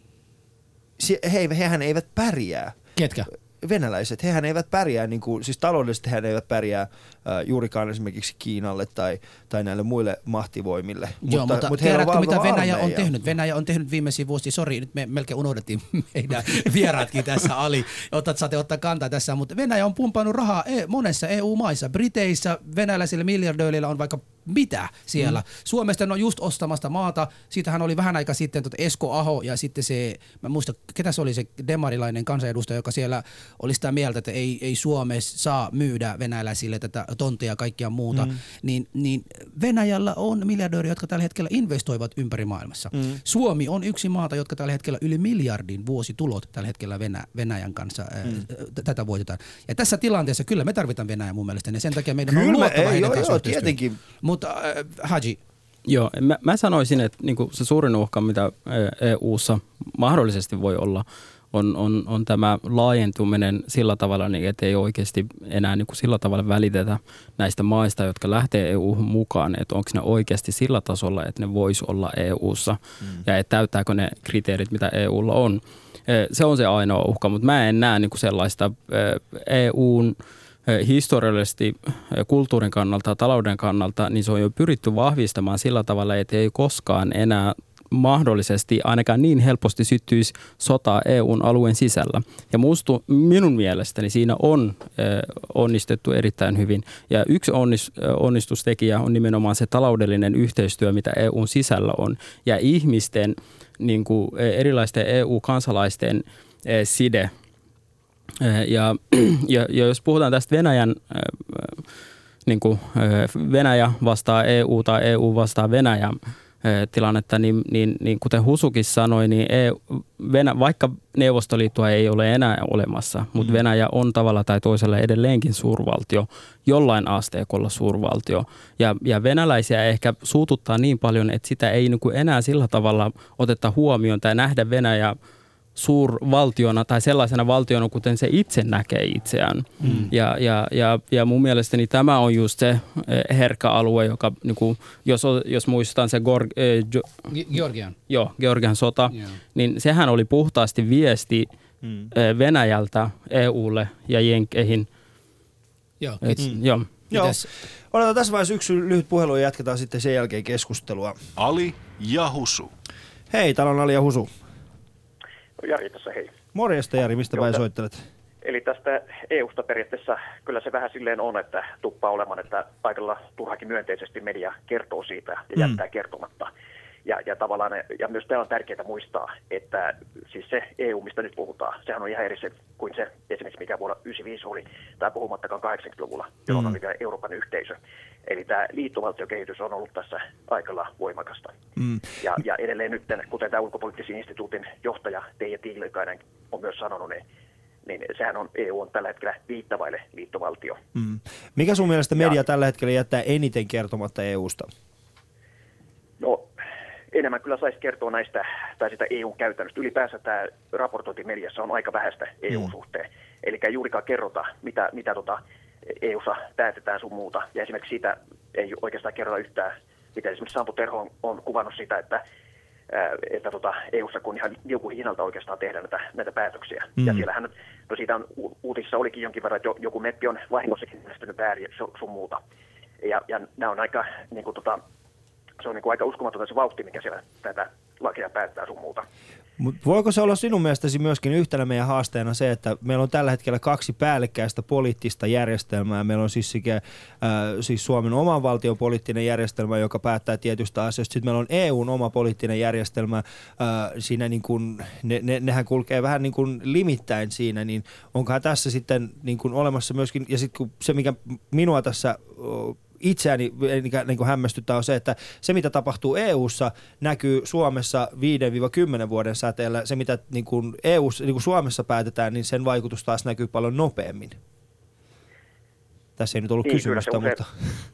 he, hehän eivät pärjää. Ketkä? Venäläiset, hehän eivät pärjää, niin kuin, siis taloudellisesti hehän eivät pärjää äh, juurikaan esimerkiksi Kiinalle tai, tai näille muille mahtivoimille. Joo, mutta, mutta, mutta tiedätkö mitä Venäjä armeija on tehnyt? Venäjä on tehnyt viimeisiä vuosia, sori, nyt me melkein unohdettiin meidän vieraatkin tässä, Ali, otat, saatte ottaa kantaa tässä, mutta Venäjä on pumpannut rahaa e- monessa E U-maissa, Briteissä, venäläisillä miljardöillä on vaikka mitä siellä. Mm. Suomesta on just ostamasta maata. Siitähän oli vähän aika sitten tuota Esko Aho ja sitten se, mä muistan, ketä se oli se demarilainen kansanedustaja, joka siellä oli sitä mieltä, että ei, ei Suomessa saa myydä venäläisille tätä tontia ja kaikkia muuta. Mm. Niin, niin Venäjällä on miljardööriä, jotka tällä hetkellä investoivat ympäri maailmassa. Mm. Suomi on yksi maata, jotka tällä hetkellä yli miljardin vuositulot tällä hetkellä Venä, Venäjän kanssa mm. ää, tätä voitetaan. Ja tässä tilanteessa kyllä me tarvitaan Venäjän mun mielestä, ja sen takia meidän kyllä on luottava heidän joo, kanssa joo, tietenkin. Mutta äh, Haji. Joo, mä, mä sanoisin, että niinku se suurin uhka, mitä E U:ssa mahdollisesti voi olla, on, on, on tämä laajentuminen sillä tavalla, niin että ei oikeasti enää niinku sillä tavalla välitetä näistä maista, jotka lähtee E U:hun mukaan, että onko ne oikeasti sillä tasolla, että ne vois olla E U:ssa mm. ja että täyttääkö ne kriteerit, mitä E U:lla on. Se on se ainoa uhka, mutta mä en näe niinku sellaista E U:n historiallisesti, kulttuurin kannalta, talouden kannalta, niin se on jo pyritty vahvistamaan sillä tavalla, että ei koskaan enää mahdollisesti ainakaan niin helposti syttyisi sotaa E U:n alueen sisällä. Ja mustu, minun mielestäni siinä on onnistettu erittäin hyvin. Ja yksi onnistustekijä on nimenomaan se taloudellinen yhteistyö, mitä E U:n sisällä on. Ja ihmisten, niin kuin erilaisten E U-kansalaisten side. Ja, ja, ja jos puhutaan tästä Venäjän, niin kuin Venäjä vastaa E U tai E U vastaa Venäjä tilannetta, niin, niin, niin kuten Husukin sanoi, niin E U, Venä, vaikka Neuvostoliittoa ei ole enää olemassa, mutta Venäjä on tavalla tai toisella edelleenkin suurvaltio, jollain asteikolla suurvaltio. Ja, ja venäläisiä ehkä suututtaa niin paljon, että sitä ei niin kuin enää sillä tavalla oteta huomioon tai nähdä Venäjä suurvaltiona tai sellaisena valtiona, kuten se itse näkee itseään. Mm. Ja, ja, ja, ja mun mielestäni tämä on just se herkkä alue, joka, niin kuin, jos, jos muistetaan se Gor, eh, jo, Georgian. Joo, Georgian sota, yeah. niin sehän oli puhtaasti viesti mm. Venäjältä E U:lle ja Jenkkeihin. Joo, Et, mm. joo. Joo. Otetaan tässä vaiheessa yksi lyhyt puhelu ja jatketaan sitten sen jälkeen keskustelua. Ali ja Husu. Hei, täällä on Ali ja Husu. Jari tässä, hei. Morjesta Jari, mistä päin soittelet? Eli tästä E U:sta periaatteessa kyllä se vähän silleen on, että tuppaa olemaan, että aikalla turhakin myönteisesti media kertoo siitä ja mm. jättää kertomatta. Ja, ja tavallaan, ja myös tämä on tärkeää muistaa, että siis se E U, mistä nyt puhutaan, sehän on ihan eri se kuin se esimerkiksi mikä vuonna yhdeksänkymmentäviisi oli, tai puhumattakaan kahdeksankymmentäluvulla, jolloin mm. oli vielä Euroopan yhteisö. Eli tämä liittovaltiokehitys on ollut tässä aikalla voimakasta. Mm. Ja, ja edelleen nyt, kuten tämä ulkopoliittisen instituutin johtaja Teija Tiilikainen on myös sanonut, niin niin sehän on, E U on tällä hetkellä viittavaille liittovaltio. Mm. Mikä sun mielestä media ja, tällä hetkellä jättää eniten kertomatta E U:sta? No enemmän kyllä saisi kertoa näistä, tai sitä E U-käytännöstä. Ylipäänsä tämä raportointi mediassa on aika vähäistä E U-suhteen. Mm. Eli ei juurikaan kerrota, mitä, mitä tota E U:ssa päätetään sun muuta. Ja esimerkiksi siitä ei oikeastaan kerrota yhtään, miten esimerkiksi Sampo Terho on, on kuvannut sitä, että, ää, että tota E U:ssa kun ihan liukun hinnalta oikeastaan tehdään näitä, näitä päätöksiä. Mm. Ja siellähän, no siitä on, uutisissa olikin jonkin verran, että joku meppi on vahingossakin äänestänyt väärin sun muuta. Ja, ja nämä on aika, niin kuin tota, se on niin kuin aika uskomatonta se vauhti, mikä siellä tätä lakia päättää sun muuta. Mut voiko se olla sinun mielestäsi myöskin yhtenä meidän haasteena se, että meillä on tällä hetkellä kaksi päällekkäistä poliittista järjestelmää. Meillä on siis, sekä, äh, siis Suomen oman valtion poliittinen järjestelmä, joka päättää tietystä asioista. Sitten meillä on E U:n oma poliittinen järjestelmä. Äh, siinä niin kun, ne, ne, nehän kulkee vähän niin kuin limittäin siinä. Niin onkohan tässä sitten niin kuin olemassa myöskin, ja sitten se mikä minua tässä itseäni niin kuin hämmästyttää on se, että se mitä tapahtuu E U:ssa näkyy Suomessa viidestä kymmeneen vuoden säteellä. Se mitä niin kuin E U:ssa, niin kuin Suomessa päätetään, niin sen vaikutus taas näkyy paljon nopeammin. Tässä ei nyt ollut niin, kysymystä, mutta...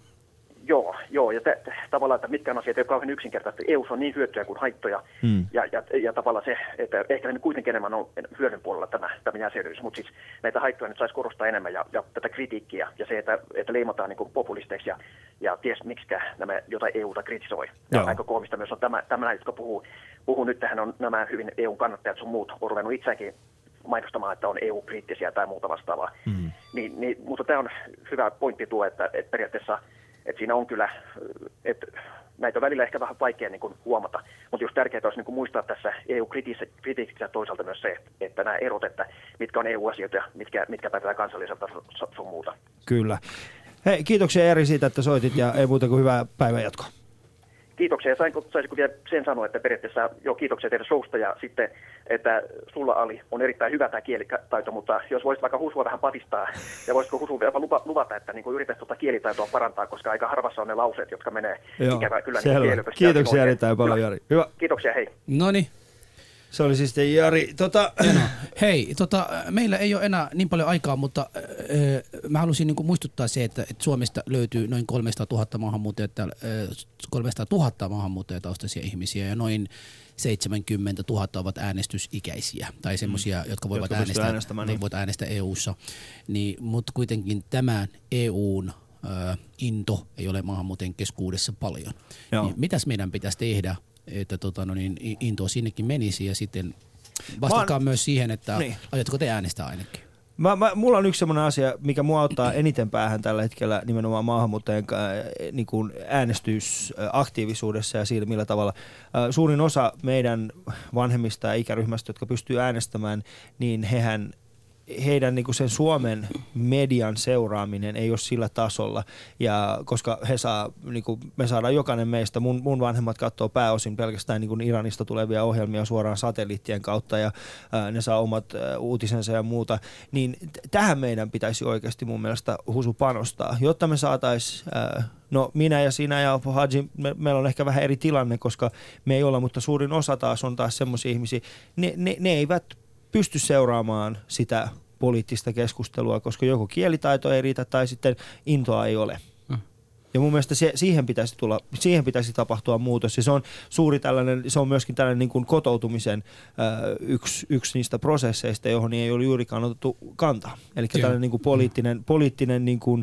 Joo, joo, ja t- t- tavallaan, että mitkä on asiat, jotka on kauhean yksinkertaisesti. E U:ssa on niin hyötyjä kuin haittoja, mm. ja, ja, ja tavallaan se, että ehkä ne kuitenkin enemmän on hyödyn puolella tämä, tämä jäsenyys, mutta siis näitä haittoja nyt saisi korostaa enemmän, ja, ja tätä kritiikkiä, ja se, että, että leimataan niin kuin populisteiksi, ja, ja ties miksikä nämä jotain E U:ta kritisoi. Ja aika koomista myös on tämä, tämä jotka puhuu, puhuu nyt, tähän on nämä hyvin E U:n kannattajat sun muut, on ruvennut itseäänkin mainostamaan, että on E U-kriittisiä tai muuta vastaavaa. Mm. Niin, niin, mutta tämä on hyvä pointti tuo, että, että periaatteessa että siinä on kyllä, että näitä on välillä ehkä vähän vaikea niin kuin huomata, mutta just tärkeää olisi niin kuin muistaa tässä E U-kritiikissä toisaalta myös se, että nämä erot, että mitkä on E U-asioita ja mitkä, mitkä päätetään kansalliselta sun muuta. Kyllä. Hei, kiitoksia Jari siitä, että soitit ja ei muuta kuin hyvää päivänjatkoa. Kiitoksia. Sainko, saisiko vielä sen sanoa, että periaatteessa jo kiitoksia teidän showsta ja sitten, että sulla Ali on erittäin hyvä tämä kielitaito, mutta jos voisit vaikka Husua vähän patistaa ja voisitko Husu jopa lupa, luvata, että niin yrität tuota kielitaitoa parantaa, koska aika harvassa on ne lauseet, jotka menee ikävä kyllä niin kielipöstä. Kiitoksia erittäin paljon Jari. Hyvä. Kiitoksia, hei. Noniin. Se oli siis Jari. Tota... Hei, tota, meillä ei ole enää niin paljon aikaa, mutta äh, mä halusin niinku muistuttaa se, että, että Suomesta löytyy noin kolmesataatuhatta maahanmuuttajia, äh, kolmesataatuhatta maahanmuuttajataustaisia ihmisiä ja noin seitsemänkymmentätuhatta ovat äänestysikäisiä tai semmoisia, mm. jotka voivat jotka äänestää, niin. voivat äänestää E U:ssa. Niin, mutta kuitenkin tämän E U:n äh, into ei ole maahanmuuttajien keskuudessa paljon. Niin, mitäs meidän pitäisi tehdä, että tota, no niin, into sinnekin menisi ja sitten vastatkaa myös siihen, että niin. Aiotko te äänestää ainakin? Mä, mä, mulla on yksi sellainen asia, mikä mua auttaa eniten päähän tällä hetkellä nimenomaan maahanmuuttajien niin kuin äänestysaktiivisuudessa ja siitä, millä tavalla suurin osa meidän vanhemmista ja ikäryhmästä, jotka pystyy äänestämään, niin hehän heidän niin kuin sen Suomen median seuraaminen ei ole sillä tasolla, ja koska he saa, niin kuin me saadaan jokainen meistä, mun, mun vanhemmat katsoo pääosin pelkästään niin kuin Iranista tulevia ohjelmia suoraan satelliittien kautta, ja ää, ne saa omat ää, uutisensa ja muuta, niin t- tähän meidän pitäisi oikeasti mun mielestä Husu panostaa, jotta me saataisiin, no minä ja sinä ja Haji, me, meillä on ehkä vähän eri tilanne, koska me ei olla, mutta suurin osa taas on taas semmoisia ihmisiä, ne, ne, ne eivät pysty seuraamaan sitä poliittista keskustelua, koska joko kielitaito ei riitä tai sitten intoa ei ole. Mm. Ja mun mielestä se, siihen, pitäisi tulla, siihen pitäisi tapahtua muutos. Ja se on suuri tällainen, se on myöskin tällainen niin kuin kotoutumisen äh, yksi, yksi niistä prosesseista, johon ei ole juurikaan otettu kantaa. Eli tällainen niin kuin poliittinen, poliittinen niin, kuin,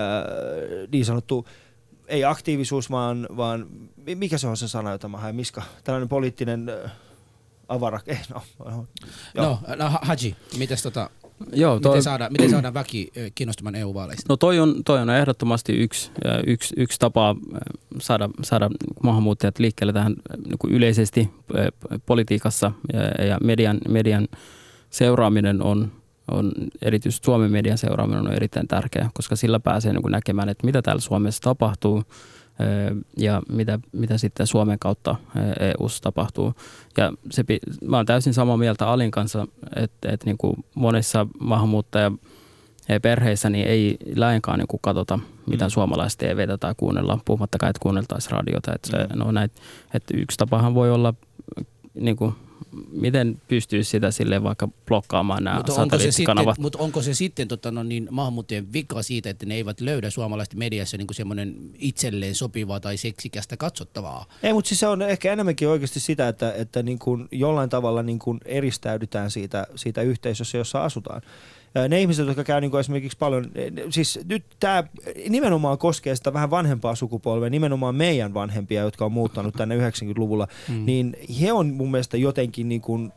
äh, niin sanottu, ei aktiivisuus, vaan, vaan mikä se on se sana, jota mä haen, Miska? Tällainen poliittinen... Äh, Avara, eh, no, no, no, no Haji, mites tota, Joo, toi, miten, saadaan, miten saadaan väki kiinnostumaan E U-vaaleista? No toi on, toi on ehdottomasti yksi, yksi, yksi tapa saada, saada maahanmuuttajat liikkeelle tähän niin kuin yleisesti politiikassa ja, ja median, median seuraaminen on, on, erityisesti Suomen median seuraaminen on erittäin tärkeää, koska sillä pääsee niin kuin näkemään, että mitä täällä Suomessa tapahtuu ja mitä, mitä sitten Suomen kautta E U:ssa tapahtuu. Ja se, mä olen täysin samaa mieltä Alin kanssa, että, että niin kuin monissa maahanmuuttajaperheissä niin ei lainkaan niin kuin katsota mitään mm. suomalaista T V:tä tai kuunnella, puhumattakaan, että kuunneltaisiin radiota. Että, se, mm. no näit, että yksi tapahan voi olla niin kuin miten pystyisi sitä silleen vaikka blokkaamaan nämä mutta satelliittikanavat? Mutta onko se sitten tota, no niin, maahanmuuttajien vika siitä, että ne eivät löydä suomalaisten mediassa niin semmoinen itselleen sopivaa tai seksikästä katsottavaa? Ei, mutta siis se on ehkä enemmänkin oikeasti sitä, että, että niin kuin jollain tavalla niin kuin eristäydytään siitä, siitä yhteisössä, jossa asutaan. Ne ihmiset, jotka käy niin kuin esimerkiksi paljon, siis nyt tämä nimenomaan koskee sitä vähän vanhempaa sukupolvea, nimenomaan meidän vanhempia, jotka on muuttanut tänne yhdeksänkymmentäluvulla, mm. niin he on mun mielestä jotenkin, niin kuin,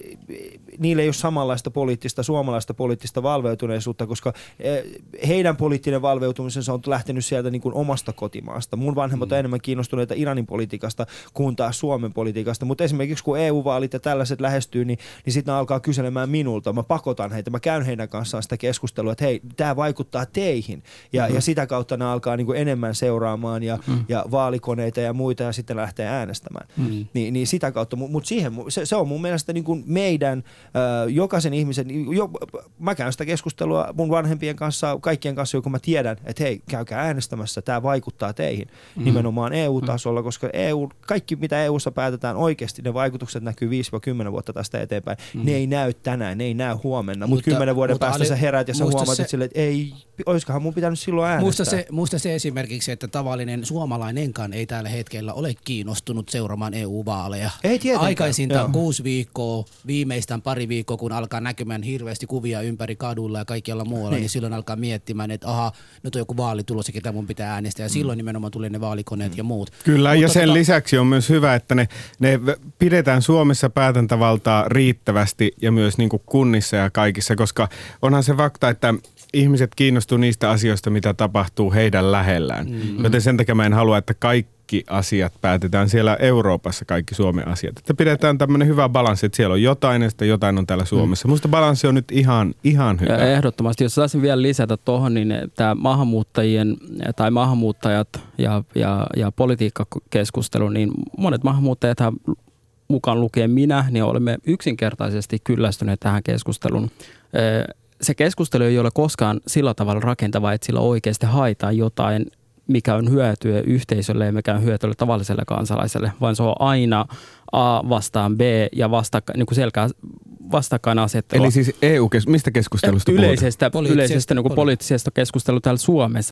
niillä ei ole samanlaista poliittista, suomalaista poliittista valveutuneisuutta, koska heidän poliittinen valveutumisensa on lähtenyt sieltä niin kuin omasta kotimaasta. Mun vanhemmat mm. on enemmän kiinnostuneita Iranin politiikasta kuin taas Suomen politiikasta, mutta esimerkiksi kun E U-vaalit ja tällaiset lähestyy, niin, niin sitten ne alkaa kyselemään minulta, mä pakotan heitä, mä käyn heidän kanssaan sitä keskustelua, että hei, tämä vaikuttaa teihin. Ja, mm-hmm. ja sitä kautta ne alkaa niin kuin enemmän seuraamaan ja, mm-hmm. ja vaalikoneita ja muita ja sitten lähtee äänestämään. Mm-hmm. Ni, niin sitä kautta, mutta siihen, se, se on mun mielestä niin kuin meidän, äh, jokaisen ihmisen, jo, mä käyn sitä keskustelua mun vanhempien kanssa, kaikkien kanssa, kun mä tiedän, että hei, käykää äänestämässä, tämä vaikuttaa teihin. Mm-hmm. Nimenomaan E U-tasolla, koska E U, kaikki mitä E U:ssa päätetään oikeasti, ne vaikutukset näkyy viisi kymmenen vuotta tästä eteenpäin. Mm-hmm. Ne ei näy tänään, ne ei näy huomenna, mutta kymmenen vuoden päästä Ali, sä herät ja sä huomaat, että silleen, että ei, olisikohan mun pitänyt silloin äänestää. Muista se, muista se esimerkiksi, että tavallinen suomalainenkaan ei tällä hetkellä ole kiinnostunut seuraamaan E U-vaaleja. Ei tietenkään. Aikaisintaan kuusi viikkoa, viimeistään pari viikkoa, kun alkaa näkymään hirveästi kuvia ympäri kadulla ja kaikkialla muualla, niin, niin silloin alkaa miettimään, että aha, nyt on joku vaalitulos, ketä mun pitää äänestää. Ja silloin nimenomaan tulee ne vaalikoneet mm. ja muut. Kyllä, mutta ja sen tota, lisäksi on myös hyvä, että ne, ne pidetään Suomessa päätäntävaltaa riittävästi ja myös niin kuin kunnissa ja kaikissa, koska onhan se fakta, että ihmiset kiinnostuu niistä asioista, mitä tapahtuu heidän lähellään. Mm-hmm. Joten sen takia mä en halua, että kaikki asiat päätetään siellä Euroopassa, kaikki Suomen asiat. Että pidetään tämmöinen hyvä balanssi, että siellä on jotain ja sitten jotain on täällä Suomessa. Mm. Musta balanssi on nyt ihan, ihan hyvä. Ja ehdottomasti, jos saisin vielä lisätä tuohon, niin tämä maahanmuuttajien tai maahanmuuttajat ja, ja, ja politiikkakeskustelu, niin monet maahanmuuttajat mukaan lukien minä, niin olemme yksinkertaisesti kyllästyneet tähän keskusteluun. Se keskustelu ei ole koskaan sillä tavalla rakentava, että sillä oikeasti haetaan jotain, mikä on hyötyä yhteisölle ja mikä on hyötyä tavalliselle kansalaiselle, vaan se on aina A vastaan B ja vastakka, niin kuin selkää vastakkainasettelua. Eli siis E U, mistä keskustelusta yleisestä, puhutaan? Yleisestä niin kuin poliittisesta keskustelua täällä Suomessa.